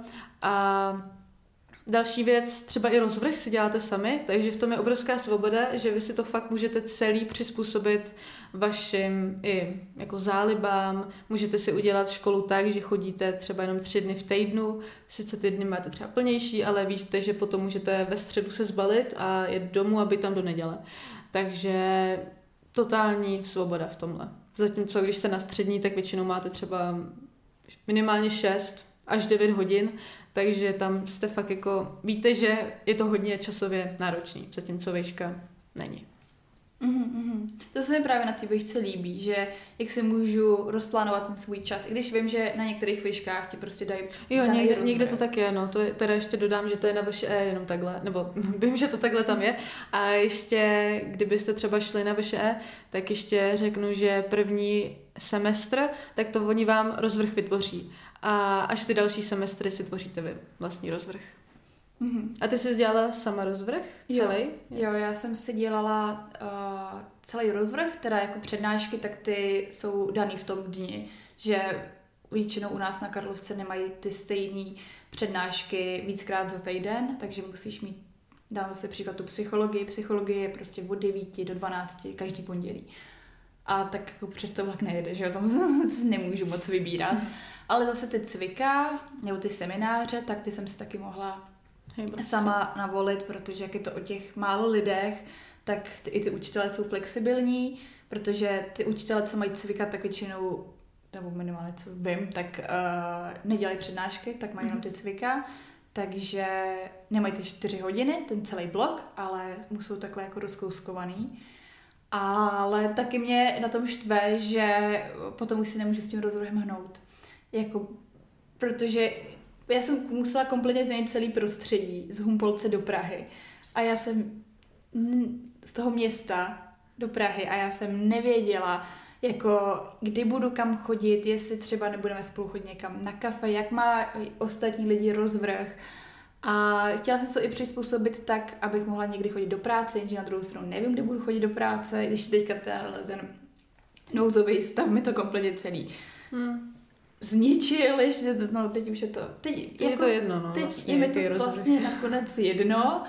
A další věc, třeba i rozvrh si děláte sami, takže v tom je obrovská svoboda, že vy si to fakt můžete celý přizpůsobit vašim i jako zálibám. Můžete si udělat školu tak, že chodíte třeba jenom tři dny v týdnu, sice ty dny máte třeba plnější, ale víte, že potom můžete ve středu se zbalit a jet domů a být tam do neděle. Takže totální svoboda v tomhle. Zatímco když jste na střední, tak většinou máte třeba minimálně šest až devět hodin, takže tam jste fakt jako, víte, že je to hodně časově náročný, zatímco výška není. Mm-hmm. To se mi právě na té výšce líbí, že jak si můžu rozplánovat ten svůj čas, i když vím, že na některých výškách ti prostě dají Jo, někde, někde to tak je, no, to je, teda ještě dodám, že to je na vaše E jenom takhle, nebo vím, že to takhle tam je a ještě, kdybyste třeba šli na vaše E, tak ještě řeknu, že první semestr, tak to oni vám rozvrh vytvoří a až ty další semestry si tvoříte vy vlastní rozvrh. Mm-hmm. A ty jsi dělala sama rozvrh celý? Jo, jo, já jsem si dělala uh, celý rozvrh, teda jako přednášky, tak ty jsou daný v tom dni, že většinou u nás na Karlovce nemají ty stejné přednášky víckrát za týden, takže musíš mít, dám zase příklad tu psychologii, psychologie je prostě od devíti do dvanácti každý pondělí. A tak jako přes to vlak nejede, že o tom nemůžu moc vybírat. Ale zase ty cvika, nebo ty semináře, tak ty jsem si taky mohla sama navolit, protože jak je to o těch málo lidech, tak ty, i ty učitelé jsou flexibilní, protože ty učitelé, co mají cvikat, tak většinou, nebo minimálně co vím, tak uh, nedělají přednášky, tak mají mm. jenom ty cvika, takže nemají ty čtyři hodiny, ten celý blok, ale jsou takhle jako rozkouskovaný. Ale taky mě na tom štve, že potom už si nemůžu s tím rozvrhem hnout. Jako, protože já jsem musela kompletně změnit celý prostředí z Humpolce do Prahy. A já jsem z toho města do Prahy a já jsem nevěděla, jako kdy budu kam chodit, jestli třeba nebudeme spolu chodit někam na kafe, jak má ostatní lidi rozvrh. A chtěla jsem to i přizpůsobit tak, abych mohla někdy chodit do práce, jenže na druhou stranu nevím, kdy budu chodit do práce, když teďka tenhle, ten nouzový stav mi to kompletně celý hmm. zničil, že no, teď už je to, teď, je jako, to jedno, no, teď vlastně, je mi to vlastně nakonec jedno,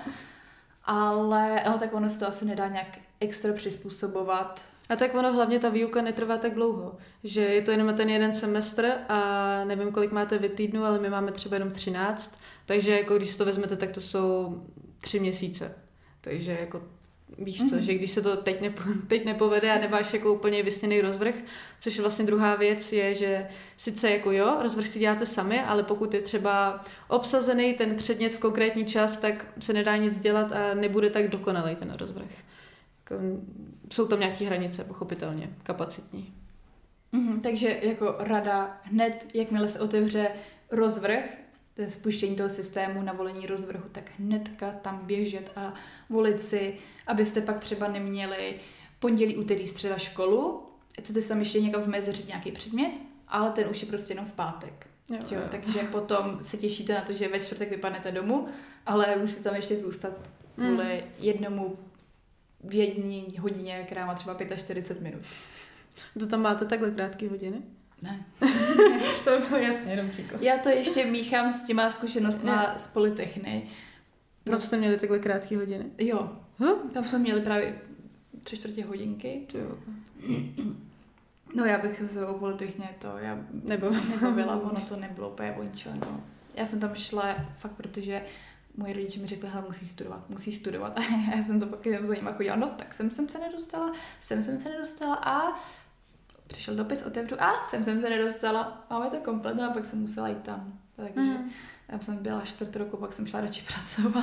ale no, tak ono se to asi nedá nějak extra přizpůsobovat. A tak ono hlavně ta výuka netrvá tak dlouho, že je to jenom ten jeden semestr a nevím, kolik máte vy týdnu, ale my máme třeba jenom třináct, takže jako když si to vezmete, tak to jsou tři měsíce. Takže jako víš co, mm-hmm. že když se to teď, nepo, teď nepovede a nemáš jako úplně vysněný rozvrh, což je vlastně druhá věc je, že sice jako jo, rozvrh si děláte sami, ale pokud je třeba obsazený ten předmět v konkrétní čas, tak se nedá nic dělat a nebude tak dokonalý ten rozvrh. Jsou tam nějaké hranice, pochopitelně, kapacitní. Mm-hmm, takže jako rada hned, jakmile se otevře rozvrh, ten spuštění toho systému na volení rozvrhu, tak hnedka tam běžet a volit si, abyste pak třeba neměli pondělí, úterý, středa školu chcete sem ještě někam vmezeřit nějaký předmět, ale ten už je prostě jenom v pátek. Jo, Jo, jo. takže potom se těšíte na to, že ve čtvrtek vypadnete domů, ale musíte tam ještě zůstat kvůli mm. jednomu v jedné hodině, která má třeba čtyřicet pět minut. To tam máte takhle krátké hodiny? Ne. To bylo jasně, jenom příklad. Já to ještě míchám s těma zkušenostma z Polytechny. Proč jste měli takhle krátké hodiny? Jo, Huh? tam jsme měli právě tři čtvrtě hodinky. Jo. No já bych se o Polytechně to, já Nebo nebavila, ono to nebylo úplně o ničem, no. Já jsem tam šla fakt, protože moji rodiče mi řekli, hele, musí studovat, musí studovat. A já jsem to pak jenom za nima chodila, no tak jsem, jsem se nedostala, jsem, jsem se nedostala a přišel dopis, otevřu a jsem, jsem se nedostala. Máme to komplet, a pak jsem musela jít tam. Takže mm. tam jsem byla čtvrt roku, pak jsem šla radši pracovat.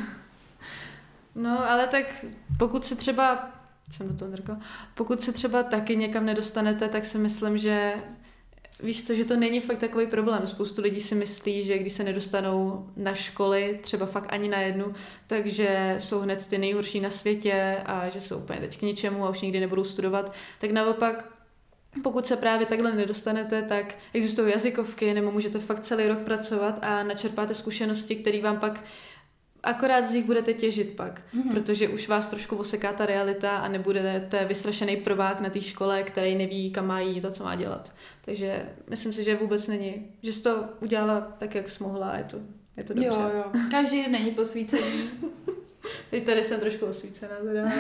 No, ale tak pokud se třeba, jsem do toho řekla, pokud se třeba taky někam nedostanete, tak si myslím, že víš co, že to není fakt takový problém. Spoustu lidí si myslí, že když se nedostanou na školy, třeba fakt ani na jednu, takže jsou hned ty nejhorší na světě a že jsou úplně teď k ničemu a už nikdy nebudou studovat. Tak naopak, pokud se právě takhle nedostanete, tak existují jazykovky, nebo můžete fakt celý rok pracovat a načerpáte zkušenosti, které vám pak akorát z nich budete těžit pak, mm-hmm. protože už vás trošku oseká ta realita a nebudete vystrašený prvák na té škole, který neví, kam má jít a co má dělat. Takže myslím si, že vůbec není, že jsi to udělala tak, jak jsi mohla a je to, je to dobře. Jo, jo. Každý den není posvícený. Teď tady jsem trošku osvícená. Teda.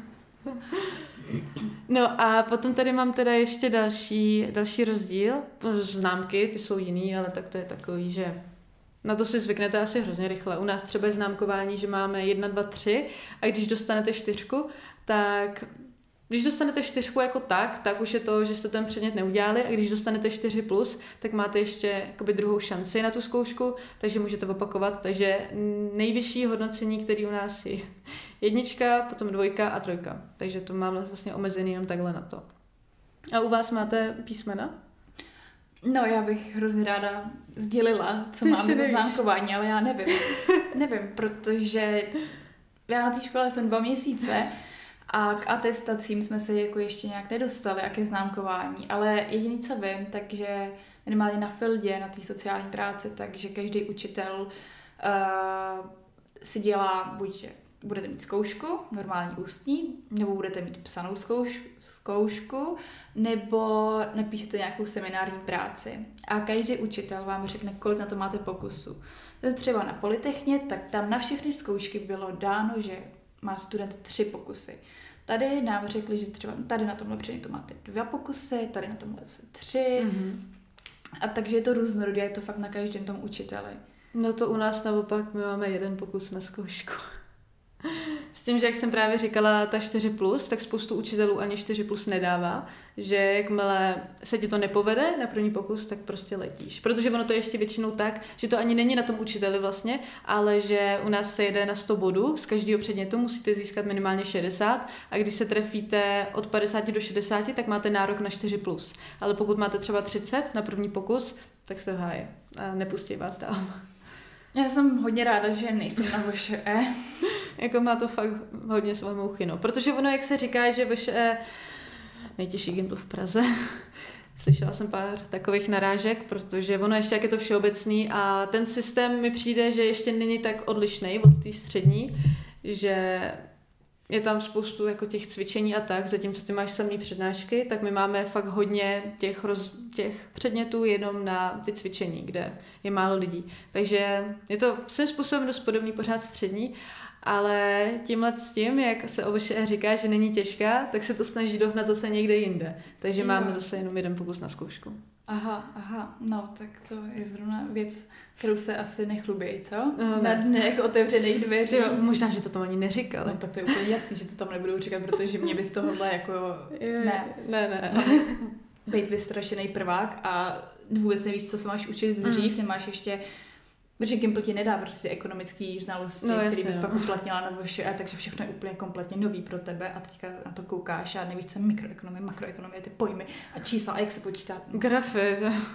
No a potom tady mám teda ještě další, další rozdíl. Známky, ty jsou jiný, ale tak to je takový, že na to si zvyknete asi hrozně rychle. U nás třeba je známkování, že máme jedna, dva, tři a když dostanete čtyřku, tak když dostanete čtyřku jako tak, tak už je to, že jste ten předmět neudělali a když dostanete čtyři plus, tak máte ještě jakoby druhou šanci na tu zkoušku, takže můžete opakovat. Takže nejvyšší hodnocení, který u nás je jednička, potom dvojka a trojka. Takže to mám vlastně omezený jenom takhle na to. A u vás máte písmena? No, já bych hrozně ráda sdělila, co Ty máme za známkování, ale já nevím. Nevím, protože já na té škole jsem dva měsíce a k atestacím jsme se jako ještě nějak nedostali a ke známkování, ale jediný, co vím, takže minimálně na Fildě, na té sociální práci, takže každý učitel uh, si dělá buď budete mít zkoušku, normální ústní, nebo budete mít psanou zkouš, zkoušku, nebo napíšete nějakou seminární práci. A každý učitel vám řekne, kolik na to máte pokusů. To třeba na Polytechně, tak tam na všechny zkoušky bylo dáno, že má student tři pokusy. Tady nám řekli, že třeba tady na tomhle předmětu máte dva pokusy, tady na tomhle tři. Mm-hmm. A takže je to různorodé, je to fakt na každém tom učiteli. No to u nás naopak, my máme jeden pokus na zkoušku. S tím, že jak jsem právě říkala, ta čtyři plus, tak spoustu učitelů ani čtyři plus nedává, že jakmile se ti to nepovede na první pokus, tak prostě letíš. Protože ono to je ještě většinou tak, že to ani není na tom učiteli vlastně, ale že u nás se jede na sto bodů, z každého předmětu musíte získat minimálně šedesát a když se trefíte od padesáti do šedesáti, tak máte nárok na čtyři plus. Ale pokud máte třeba třicet na první pokus, tak jste v háji a nepustí vás dál. Já jsem hodně ráda, že nejsem na V Š E. Jako má to fakt hodně svou mouchy, no. Protože ono, jak se říká, že V Š E nejtěžší gimbal v Praze. Slyšela jsem pár takových narážek, protože ono ještě jak je to všeobecný a ten systém mi přijde, že ještě není tak odlišný od té střední, že je tam spoustu jako těch cvičení a tak, zatímco ty máš samý přednášky, tak my máme fakt hodně těch, roz, těch předmětů jenom na ty cvičení, kde je málo lidí. Takže je to svým způsobem dost podobný pořád střední, ale tímhle s tím, jak se o V Š E říká, že není těžká, tak se to snaží dohnat zase někde jinde. Takže jo. Máme zase jenom jeden pokus na zkoušku. Aha, aha, no tak to je zrovna věc, kterou se asi nechlubějí, co? Aha, na dnech otevřených dveří. Jo, možná, že to tam ani neříkali. No tak to je úplně jasný, že to tam nebudou říkat, protože mě by z tohohle jako, je, ne. Ne, ne. Být vystrašený prvák a vůbec nevíš, co se máš učit dřív, mm. nemáš ještě, protože Gimpl ti nedá prostě ekonomické znalosti, no, který bys no. pak uplatnila na V Š E, takže všechno je úplně kompletně nový pro tebe a teďka na to koukáš a nevíš, co je mikroekonomie, makroekonomie, ty pojmy a čísla a jak se počítá. Grafy.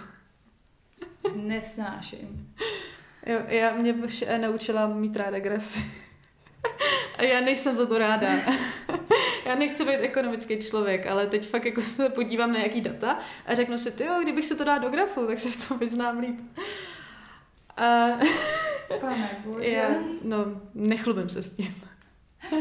Nesnáším. Jo, já mě V Š E naučila mít ráda grafy. A já nejsem za to ráda. Já nechci být ekonomický člověk, ale teď fakt jako se podívám na nějaký data a řeknu si, tyjo, kdybych se to dala do grafu, tak se v tom vyznám líp. A... Pane bože. Já, no, nechlubím se s tím. uh,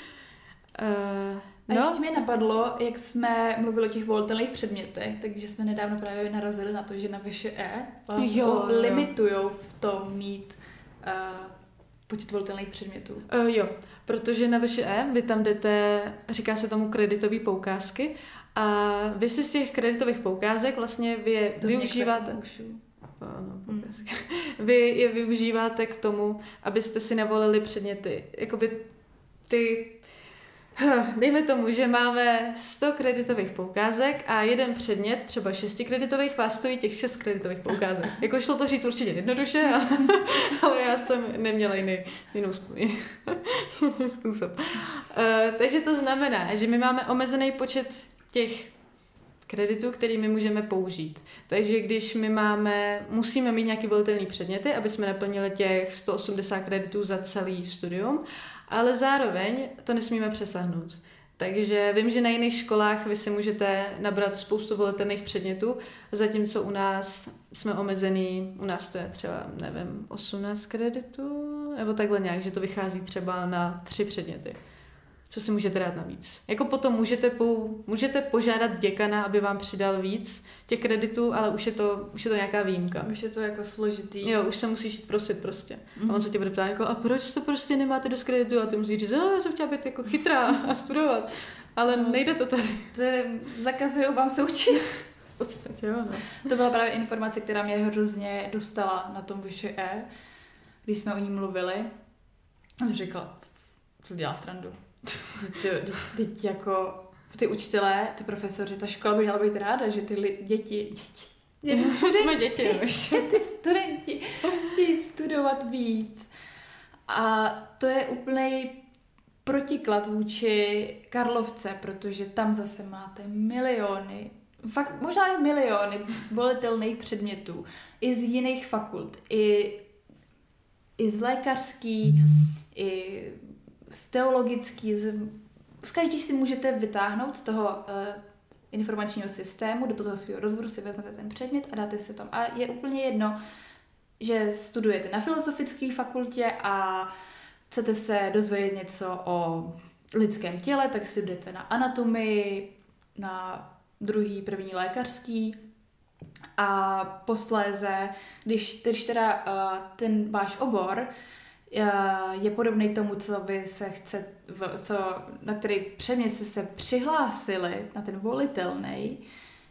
A no. ještě mi napadlo, jak jsme mluvili o těch volitelných předmětech, takže jsme nedávno právě narazili na to, že na V Š E vlastně Jo, jo. limitujou v tom mít uh, počet volitelných předmětů. Uh, jo, protože na V Š E vy tam jdete, říká se tomu kreditový poukázky a vy si z těch kreditových poukázek vlastně vy je To využíváte. Ano, poukázky. Vy je využíváte k tomu, abyste si nevolili předměty. Jakoby ty... Dejme tomu, že máme sto kreditových poukázek a jeden předmět, třeba šesti kreditových, vás stojí těch šest kreditových poukázek. Jako šlo to říct určitě jednoduše, ale, ale já jsem neměla jiný, jinou jiný způsob. Uh, takže to znamená, že my máme omezený počet těch kreditů, který my můžeme použít. Takže když my máme, musíme mít nějaký volitelný předměty, aby jsme naplnili těch sto osmdesát kreditů za celý studium, ale zároveň to nesmíme přesáhnout. Takže vím, že na jiných školách vy si můžete nabrat spoustu volitelných předmětů, zatímco u nás jsme omezený, u nás to je třeba, nevím, osmnáct kreditů, nebo takhle nějak, že to vychází třeba na tři předměty. Co si můžete dát navíc. Jako potom můžete, pou, můžete požádat děkana, aby vám přidal víc těch kreditů, ale už je to, už je to nějaká výjimka. Už je to jako složitý. Jo, už se musíš jít prosit prostě. Mm-hmm. A on se tě bude ptát jako, a proč to prostě nemáte dost kreditu? A ty musíš říct, já jsem chtěla být jako chytrá a studovat. Ale no, nejde to tady. To je, zakazují vám se učit. V podstatě jo, no. To byla právě informace, která mě hrozně dostala na tom V Š E, když jsme o ní mluvili. A jsem říkala, co dělá srandu. Teď, teď jako ty učitelé, ty profesoři, ta škola by měla být ráda, že ty li, děti, děti, že studenti, jsme děti, že ty studenti chtějí studovat víc. A to je úplný protiklad vůči Karlovce, protože tam zase máte miliony, fakt možná i miliony volitelných předmětů, i z jiných fakult, i, i z lékařský, i z teologický, z, z každý si můžete vytáhnout z toho uh, informačního systému, do toho svého rozboru si vezmete ten předmět a dáte si tam. A je úplně jedno, že studujete na filozofické fakultě a chcete se dozvědět něco o lidském těle, tak si jdete na anatomii, na druhý, první lékařský a posléze, když, když teda uh, ten váš obor je podobný tomu, co vy se chce, co, na který předmět jste se přihlásili, na ten volitelný,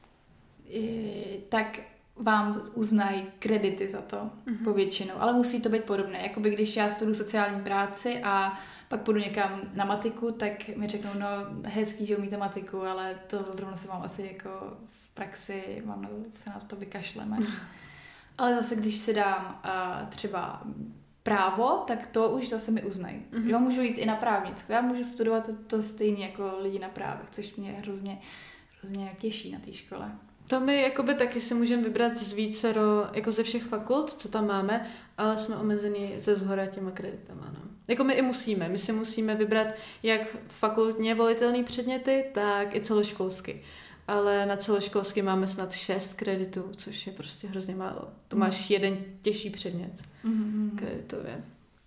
tak vám uznají kredity za to, mm-hmm. povětšinou. Ale musí to být podobné. Jakoby když já studuju sociální práci a pak půjdu někam na matiku, tak mi řeknou, no hezký, že umíte matiku, ale to zrovna se vám asi jako v praxi, mám na to, se na to vykašleme. Ale zase, když si dám uh, třeba právo, tak to už zase mi uznají. Mm-hmm. Já můžu jít i na právnickou. Já můžu studovat to, to stejně jako lidi na právech, což mě hrozně, hrozně těší na té škole. To my jakoby taky si můžeme vybrat z vícero, jako ze všech fakult, co tam máme, ale jsme omezení ze zhora těma kreditama. No. Jako my i musíme. My si musíme vybrat jak fakultně volitelné předměty, tak i celoškolsky. Ale na celoškolsky máme snad šest kreditů, což je prostě hrozně málo. To mm. máš jeden těžší předmět mm-hmm. kreditově.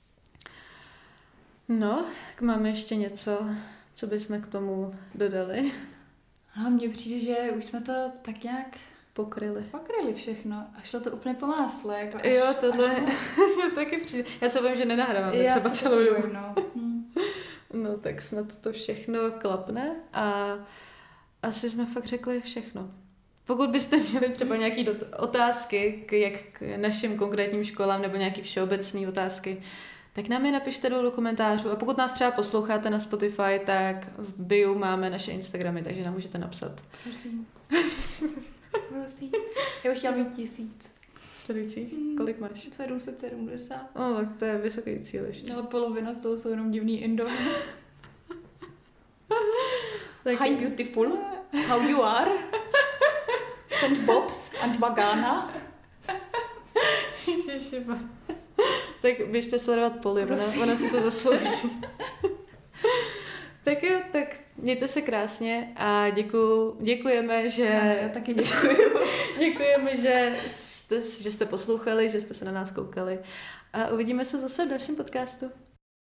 No, tak máme ještě něco, co bychom k tomu dodali. A mně přijde, že už jsme to tak nějak pokryli. Pokryli všechno a šlo to úplně po másle. Jako až, jo, tohle taky přijde. Já se bojím, že nenahráváme třeba celou dobu. No. Hmm. No tak snad to všechno klapne a asi jsme fakt řekli všechno. Pokud byste měli třeba nějaké otázky k, jak k našim konkrétním školám nebo nějaké všeobecné otázky, tak nám je napište do komentářů. A pokud nás třeba posloucháte na Spotify, tak v bio máme naše Instagramy, takže nám můžete napsat. Prosím. Prosím. Prosím. Já bych chtěla mít tisíc. Sledující? Hmm. Kolik máš? sedm set sedmdesát. No, tak to je vysoký cíl ještě. Ale polovina z toho jsou jenom divný Indo. Hi beautiful. How you are? Saint Bob's and Vagana. Ježišba. Tak běžte sledovat Poli, ona, ona si to zaslouží. Tak jo, tak mějte se krásně a děkuju, děkujeme, že... No, já taky děkuju. děkujeme, že jste, že jste poslouchali, že jste se na nás koukali a uvidíme se zase v dalším podcastu.